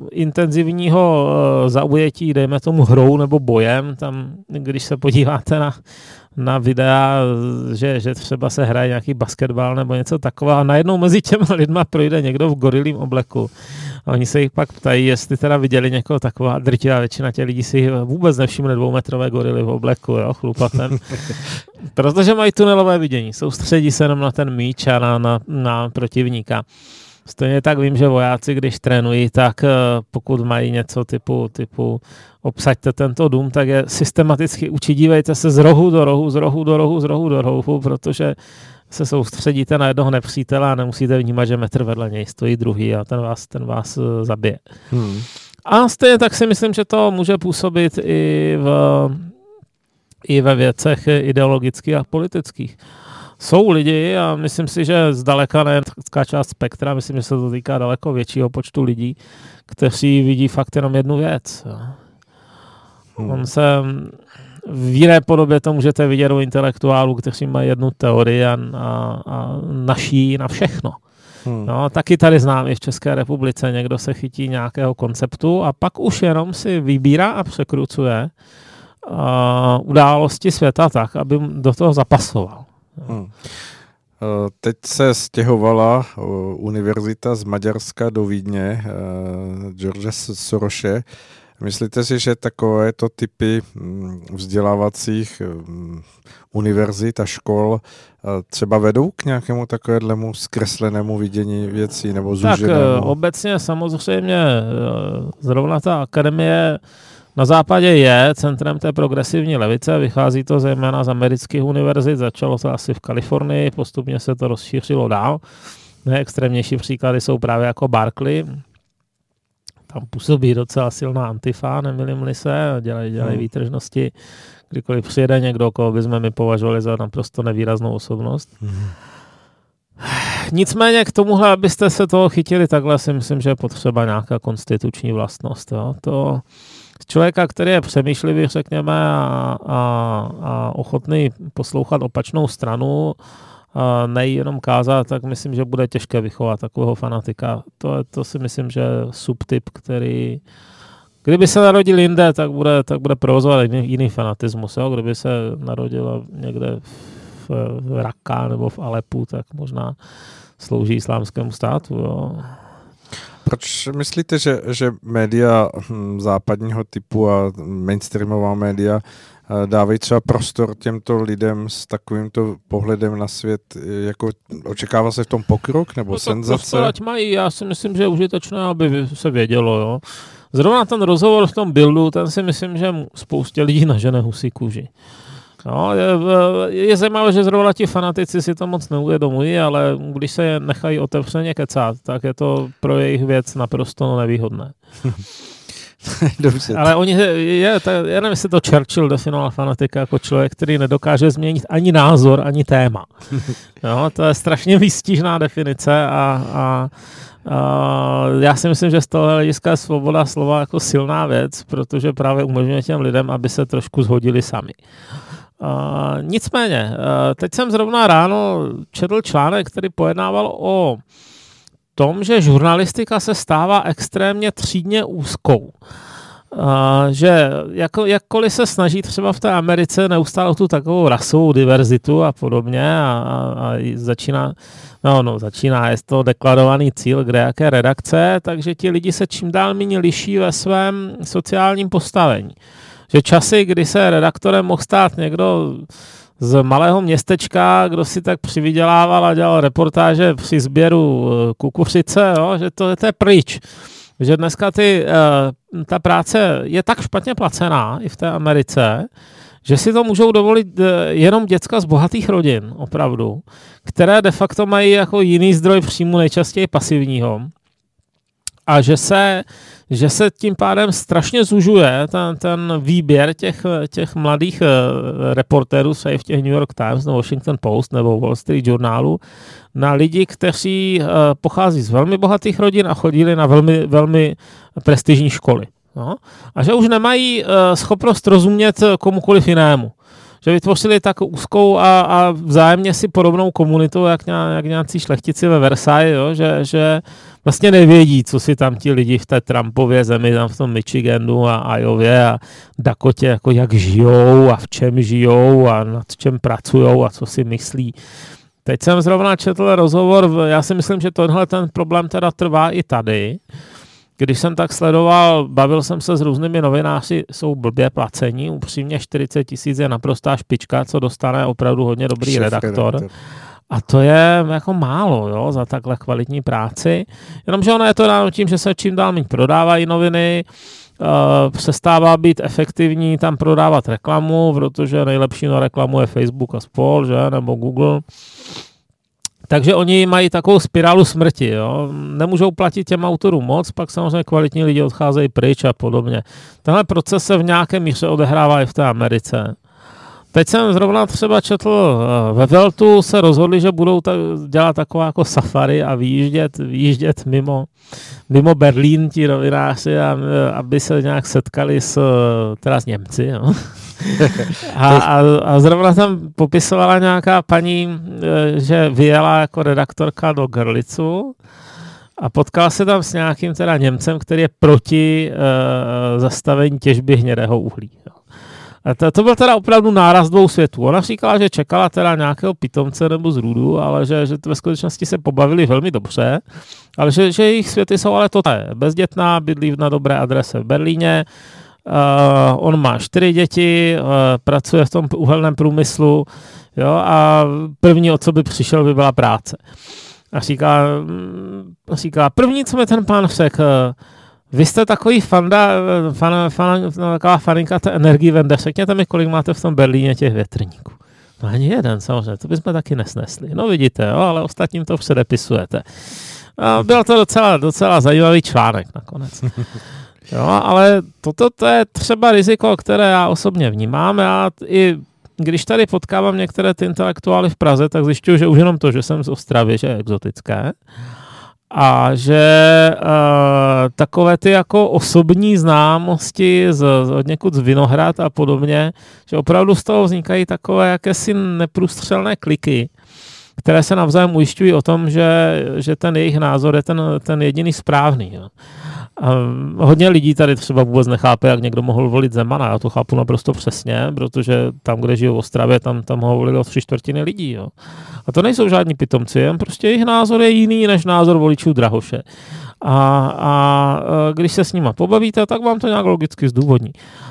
intenzivního zaujetí, dejme tomu hrou nebo bojem. Tam, když se podíváte na videa, že třeba se hraje nějaký basketbal nebo něco takového a najednou mezi těma lidma projde někdo v gorilím obleku. A oni se jich pak ptají, jestli teda viděli někoho takového. Drtivá většina těch lidí si vůbec nevšimne 2metrové gorily v obleku, jo, chlupatem. Protože mají tunelové vidění, soustředí se jenom na ten míč a na protivníka. Stejně tak vím, že vojáci, když trénují, tak pokud mají něco typu obsaďte tento dům, tak je systematicky učí, dívejte se z rohu do rohu, z rohu do rohu, z rohu do rohu, protože se soustředíte na jednoho nepřítele a nemusíte vnímat, že metr vedle něj stojí druhý a ten vás zabije. A stejně tak si myslím, že to může působit i ve věcech ideologických a politických. Jsou lidi a myslím si, že zdaleka ne taková část spektra, myslím, že se to týká daleko většího počtu lidí, kteří vidí fakt jenom jednu věc. On se v jiné podobě to můžete vidět u intelektuálů, kteří mají jednu teorii a naší na všechno. No, taky tady znám i v České republice, někdo se chytí nějakého konceptu a pak už jenom si vybírá a překrucuje události světa tak, aby do toho zapasoval. Teď se stěhovala univerzita z Maďarska do Vídně, George Sorose. Myslíte si, že takovéto typy vzdělávacích univerzit a škol třeba vedou k nějakému takovému zkreslenému vidění věcí nebo zúženému? Tak obecně samozřejmě zrovna ta akademie na západě je centrem té progresivní levice, vychází to zejména z amerických univerzit, začalo to asi v Kalifornii, postupně se to rozšířilo dál. Extrémnější příklady jsou právě jako Berkeley. Tam působí docela silná antifa, nemilím-li se, dělají výtržnosti. Kdykoliv přijede někdo, koho bychom my považovali za naprosto nevýraznou osobnost. Nicméně k tomuhle, abyste se toho chytili takhle, si myslím, že je potřeba nějaká konstituční vlastnost. Jo? To člověka, který je přemýšlivý, řekněme, a ochotný poslouchat opačnou stranu, nejenom kázat, tak myslím, že bude těžké vychovat takového fanatika. To si myslím, že je subtyp, který kdyby se narodil jinde, tak bude provozovat jiný fanatismus. Jo? Kdyby se narodil někde v Raqqa nebo v Alepu, tak možná slouží islámskému státu. Jo? Proč myslíte, že média západního typu a mainstreamová média dávají třeba prostor těmto lidem s takovýmto pohledem na svět? Jako očekává se v tom pokrok nebo senzace? Mají, já si myslím, že je užitečné, aby se vědělo. Jo. Zrovna ten rozhovor v tom Bildu, ten si myslím, že spoustě lidí nažene husí kůži. No, je zajímavé, že zrovna ti fanatici si to moc neuvědomují, ale když se je nechají otevřeně kecat, tak je to pro jejich věc naprosto nevýhodné. Dobře. Ale já nevím, jestli to Churchill definoval fanatika jako člověk, který nedokáže změnit ani názor, ani téma. Jo, to je strašně výstižná definice a já si myslím, že z toho hlediska je svoboda slova jako silná věc, protože právě umožňuje těm lidem, aby se trošku shodili sami. Nicméně, teď jsem zrovna ráno četl článek, který pojednával o tom, že žurnalistika se stává extrémně třídně úzkou. Že jakkoliv se snaží třeba v té Americe neustále tu takovou rasovou diverzitu a podobně a začíná, je to deklarovaný cíl, kde jaké redakce, takže ti lidi se čím dál méně liší ve svém sociálním postavení. Že časy, kdy se redaktorem mohl stát někdo z malého městečka, kdo si tak přivydělával a dělal reportáže při sběru kukuřice, jo, že to je pryč. Že dneska ta práce je tak špatně placená i v té Americe, že si to můžou dovolit jenom děcka z bohatých rodin, opravdu, které de facto mají jako jiný zdroj příjmu, nejčastěji pasivního. A že se tím pádem strašně zužuje ten výběr těch mladých reportérů, v těch New York Times nebo Washington Post nebo Wall Street Journalu, na lidi, kteří pochází z velmi bohatých rodin a chodili na velmi, velmi prestižní školy. No? A že už nemají schopnost rozumět komukoliv jinému. že vytvořili tak úzkou a vzájemně si podobnou komunitu, jak nějací šlechtici ve Versailles, jo? Že vlastně nevědí, co si tam ti lidi v té Trumpově zemi, tam v tom Michiganu a Iově a Dakotě, jako jak žijou a v čem žijou a nad čem pracujou a co si myslí. Teď jsem zrovna četl rozhovor, já si myslím, že tenhle ten problém teda trvá i tady. Když jsem tak sledoval, bavil jsem se s různými novináři, jsou blbě placení, upřímně 40 000 je naprostá špička, co dostane opravdu hodně dobrý redaktor. A to je jako málo, jo, za takhle kvalitní práci. Jenomže ono je to dáno tím, že se čím dál méně prodávají noviny, přestává být efektivní tam prodávat reklamu, protože nejlepší na reklamu je Facebook a spol, že, nebo Google. Takže oni mají takovou spirálu smrti, jo. Nemůžou platit těm autorům moc, pak samozřejmě kvalitní lidi odcházejí pryč a podobně. Tenhle proces se v nějaké míře odehrává i v té Americe. Teď jsem zrovna třeba četl, ve Veltu se rozhodli, že budou dělat takové jako safari a vyjíždět mimo Berlín ti novináři, aby se nějak setkali s Němci. Jo. A zrovna tam popisovala nějaká paní, že vyjela jako redaktorka do Görlitzu a potkala se tam s nějakým teda Němcem, který je proti zastavení těžby hnědého uhlí. Jo. A to byl teda opravdu náraz dvou světů. Ona říkala, že čekala teda nějakého pitomce nebo zrůdu, ale že ve skutečnosti se pobavili velmi dobře, ale že jejich světy jsou ale tohle. Bezdětná, bydlí na dobré adrese v Berlíně, on má 4 děti, pracuje v tom uhelném průmyslu, jo, a první, o co by přišel, by byla práce. A říká, první, co mi ten pán řekl, vy jste takový taková faninka té energii vende. Řekněte mi, kolik máte v tom Berlíně těch větrníků. No ani jeden, samozřejmě, to bychom taky nesnesli. No vidíte, jo, ale ostatním to předepisujete. A byl to docela zajímavý článek nakonec. Jo, ale toto je třeba riziko, které já osobně vnímám. Já i když tady potkávám některé ty intelektuály v Praze, tak zjišťuju, že už jenom to, že jsem z Ostravy, že je exotické. A že takové ty jako osobní známosti od někud z Vinohrad a podobně, že opravdu z toho vznikají takové jakési neprůstřelné kliky, které se navzájem ujišťují o tom, že ten jejich názor je ten jediný správný. Jo. A hodně lidí tady třeba vůbec nechápe, jak někdo mohl volit Zemana. Já to chápu naprosto přesně, protože tam, kde žiju v Ostravě, tam ho volili 3/4 lidí. Jo. A to nejsou žádní pitomci, jen prostě jejich názor je jiný než názor voličů Drahoše. A když se s nima pobavíte, tak vám to nějak logicky zdůvodní.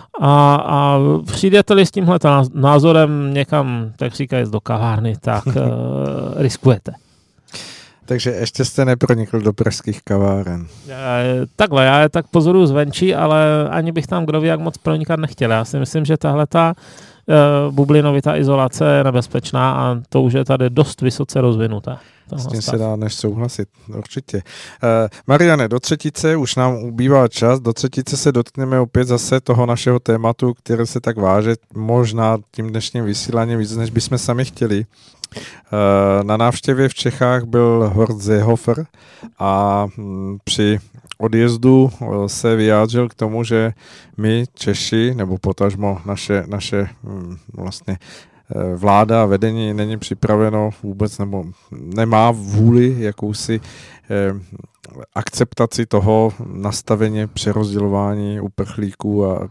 A přijdete-li s tímhle názorem někam, tak říkají, do kavárny, tak riskujete. Takže ještě jste nepronikl do pražských kaváren. Takhle, já je tak pozoruju zvenčí, ale ani bych tam kdo ví, jak moc pronikat nechtěl. Já si myslím, že tahleta bublinovitá izolace je nebezpečná a to už je tady dost vysoce rozvinutá. S tím se dá než souhlasit, určitě. Mariane, do třetice už nám ubývá čas, do třetice se dotkneme opět zase toho našeho tématu, které se tak váže možná tím dnešním vysíláním víc, než bychom sami chtěli. Na návštěvě v Čechách byl Horst Seehofer a při odjezdu se vyjádřil k tomu, že my Češi, nebo potažmo naše vlastně vláda a vedení není připraveno vůbec, nebo nemá vůli jakousi akceptaci toho nastavení přerozdělování uprchlíků a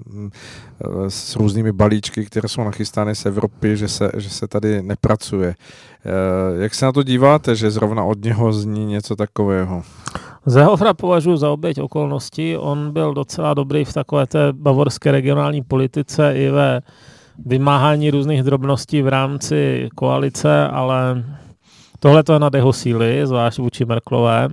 s různými balíčky, které jsou nachystány z Evropy, že se tady nepracuje. Jak se na to díváte, že zrovna od něho zní něco takového? Seehofera považuji za oběť okolností. On byl docela dobrý v takové té bavorské regionální politice i ve vymáhání různých drobností v rámci koalice, ale tohle to je nad jeho síly, zvlášť vůči Merkelové.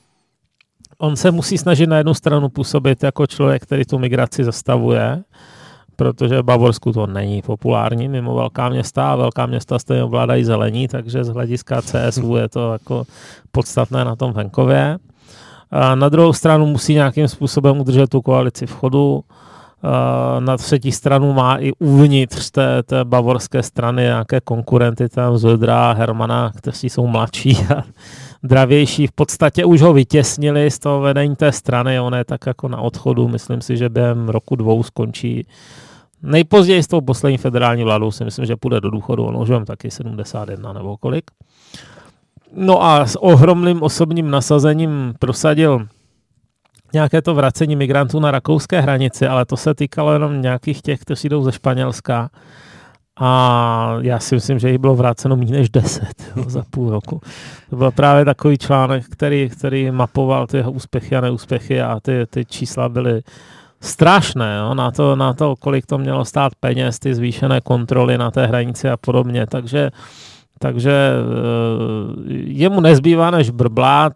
On se musí snažit na jednu stranu působit jako člověk, který tu migraci zastavuje, protože v Bavorsku to není populární mimo velká města a velká města stejně ovládají zelení, takže z hlediska CSU je to jako podstatné na tom venkově. A na druhou stranu musí nějakým způsobem udržet tu koalici v chodu. Na třetí stranu má i uvnitř té bavorské strany nějaké konkurenty, tam Zödra, Hermana, kteří jsou mladší a dravější. V podstatě už ho vytěsnili z toho vedení té strany, on je tak jako na odchodu, myslím si, že během roku 2 skončí nejpozději s tou poslední federální vládou si myslím, že půjde do důchodu, on už mám taky 71 nebo kolik. No a s ohromným osobním nasazením prosadil nějaké to vracení migrantů na rakouské hranici, ale to se týkalo jenom nějakých těch, kteří jdou ze Španělska. A já si myslím, že jich bylo vráceno méně než 10 za půl roku. To byl právě takový článek, který mapoval ty úspěchy a neúspěchy a ty čísla byly strašné, jo? Na to, kolik to mělo stát peněz, ty zvýšené kontroly na té hranici a podobně. Takže jemu nezbývá než brblat,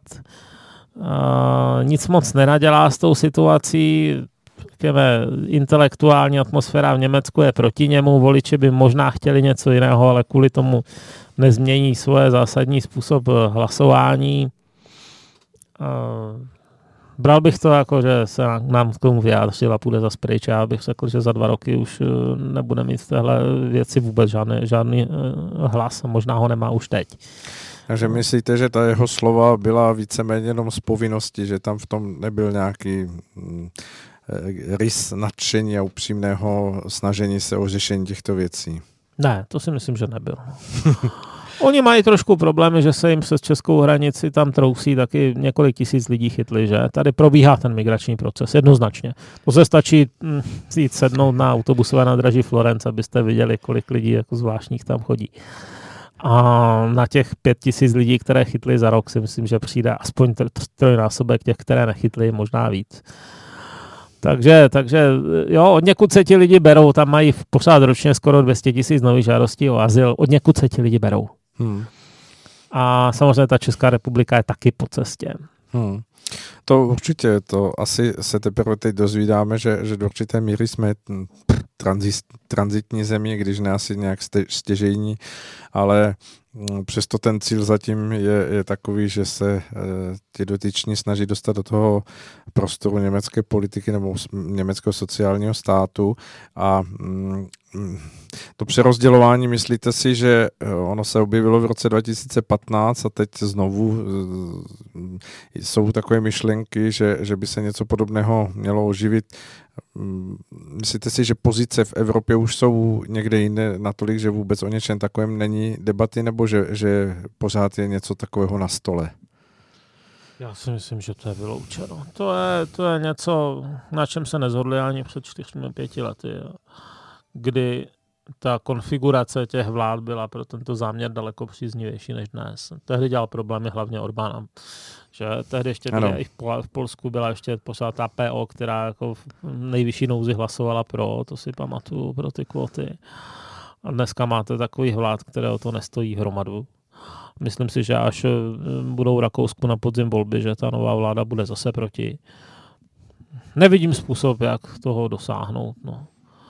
nic moc nenadělá s tou situací. Intelektuální atmosféra v Německu je proti němu, voliči by možná chtěli něco jiného, ale kvůli tomu nezmění svoje zásadní způsob hlasování. Bral bych to jako, že se nám k tomu vyjádřil a půjde zas pryč. Já bych řekl, že za 2 roky už nebude mít v téhle věci vůbec žádný hlas. Možná ho nemá už teď. Takže myslíte, že ta jeho slova byla víceméně jenom z povinnosti, že tam v tom nebyl nějaký rys nadšení a upřímného snažení se o řešení těchto věcí? Ne, to si myslím, že nebyl. Oni mají trošku problémy, že se jim přes českou hranici tam trousí, taky několik tisíc lidí chytli, že? Tady probíhá ten migrační proces, jednoznačně. To se stačí jít sednout na autobusové nádraží Florence, abyste viděli, kolik lidí jako zvláštních tam chodí. A na těch 5 000 lidí, které chytli za rok, si myslím, že přijde aspoň trojnásobek těch, které nechytli, možná víc. Takže jo, od někud se ti lidi berou, tam mají pořád ročně skoro 200 000 nových žádostí o azyl, od někud se ti lidi berou. A samozřejmě ta Česká republika je taky po cestě. To určitě, to asi se teprve teď dozvídáme, že do určité míry jsme tranzitní země, když ne asi nějak stěžejní, ale přesto ten cíl zatím je takový, že se ti dotyční snaží dostat do toho prostoru německé politiky nebo německého sociálního státu a to přerozdělování, myslíte si, že ono se objevilo v roce 2015 a teď znovu jsou takové myšlenky, že by se něco podobného mělo oživit. Myslíte si, že pozice v Evropě už jsou někde jinde natolik, že vůbec o něčem takovém není debaty, nebo že pořád je něco takového na stole? Já si myslím, že to je vyloučeno. To je něco, na čem se neshodli ani před 4-5 lety, kdy ta konfigurace těch vlád byla pro tento záměr daleko příznivější než dnes. Tehdy dělal problémy hlavně Orbánem. Že tehdy ještě i v Polsku byla ještě pořád ta PO, která jako v nejvyšší nouzi hlasovala pro, to si pamatuju, pro ty kvóty. A dneska máte takový vlád, které o to nestojí hromadu. Myslím si, že až budou v Rakousku na podzim volby, že ta nová vláda bude zase proti. Nevidím způsob, jak toho dosáhnout. No.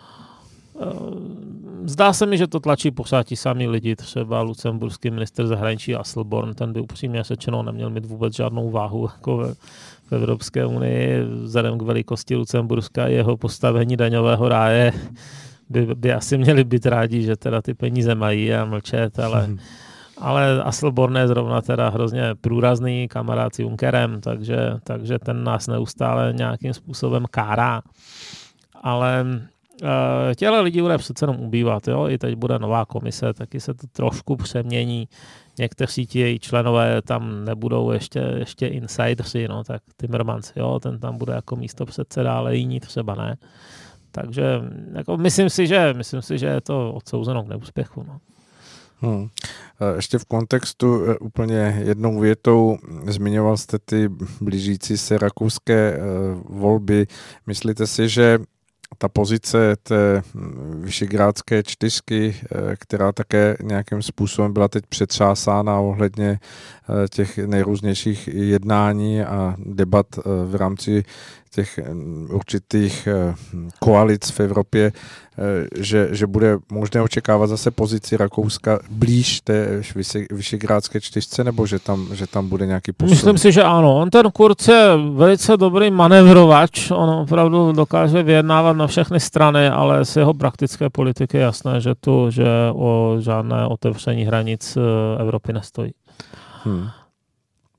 Zdá se mi, že to tlačí pořád ti samí lidi, třeba lucemburský ministr zahraničí Asselborn, ten by upřímně řečeno neměl mít vůbec žádnou váhu jako v Evropské unii, vzhledem k velikosti Lucemburska a jeho postavení daňového ráje by asi měli být rádi, že teda ty peníze mají a mlčet, ale Asselborn je zrovna teda hrozně průrazný kamarád s Junckerem, takže ten nás neustále nějakým způsobem kárá. Ale těhle lidí bude přece jenom ubývat, jo? I teď bude nová komise, taky se to trošku přemění. Někteří ti její členové tam nebudou ještě insideri, no, tak Timmermans, jo, ten tam bude jako místopředseda, ale jiní třeba ne. Takže jako myslím si, že je to odsouzeno k neúspěchu. No. Ještě v kontextu úplně jednou větou zmiňoval jste ty blížící se rakouské volby. Myslíte si, že ta pozice té Visegrádské čtyřky, která také nějakým způsobem byla teď přetřásána ohledně těch nejrůznějších jednání a debat v rámci těch určitých koalic v Evropě, že bude možné očekávat zase pozici Rakouska blíž té Visegrádské čtyřce, nebo že tam bude nějaký posun? Myslím si, že ano. On ten Kurz je velice dobrý manévrovač, on opravdu dokáže vyjednávat na všechny strany, ale z jeho praktické politiky je jasné, že o žádné otevření hranic Evropy nestojí.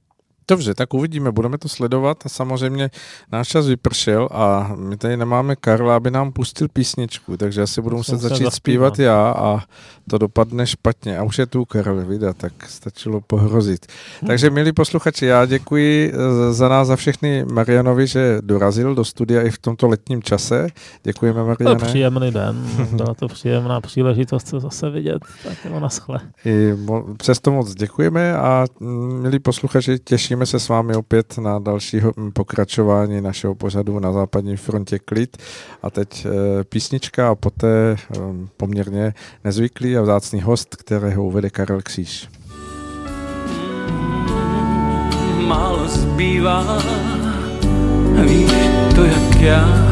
Dobře, tak uvidíme, budeme to sledovat a samozřejmě náš čas vypršel a my tady nemáme Karla, aby nám pustil písničku, takže asi budu muset začít zpívat já a to dopadne špatně. A už je tu Karel, vida, tak stačilo pohrozit. Takže milí posluchači, já děkuji za nás za všechny Marianovi, že dorazil do studia i v tomto letním čase. Děkujeme, Mariane. Byl příjemný den, byla to příjemná příležitost se zase vidět, tak jo, naschle. Přesto moc děkujeme a milí posluchači, těšíme se s vámi opět na dalšího pokračování našeho pořadu Na západní frontě klid. A teď písnička a poté poměrně nezvyklý a vzácný host, kterého uvede Karel Kříž. Málo zbývá, víš to jak já.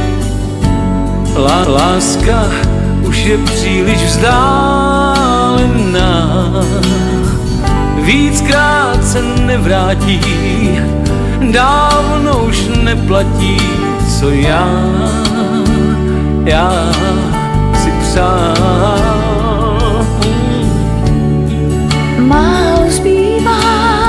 Láska už je příliš vzdálená. Víckrát se nevrátí, dávno už neplatí, co já si přál. Málo zbývá,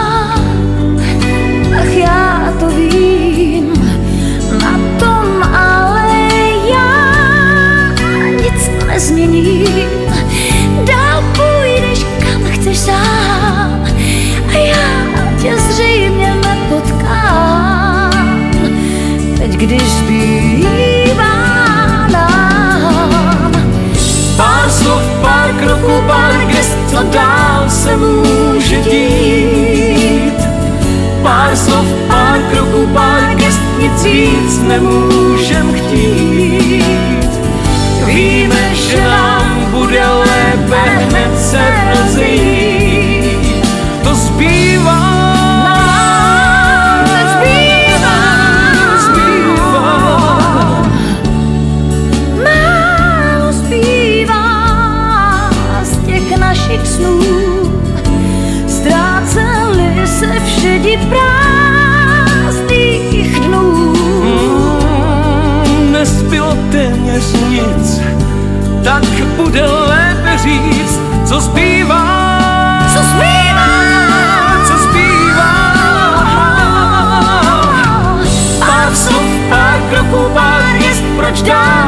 ach já to vím, na tom ale já nic nezměním. Dál půjdeš kam chceš sám a já tě zřejmě nepotkám. Teď když zbývá nám pár slov, pár kroků, pár gest, co dál se může dít. Pár slov, pár kroků, pár gest, nic víc nemůžem chtít. Víme, že nám bude lépe hned se rozejít. To zbývá. Snů ztráceli se všedi prázdných dnů. Nezbylo téměř nic, tak bude lépe říct, co zbývá. Co zbývá? Co zbývá? Pár slov, pár kroků, pár jest, proč dál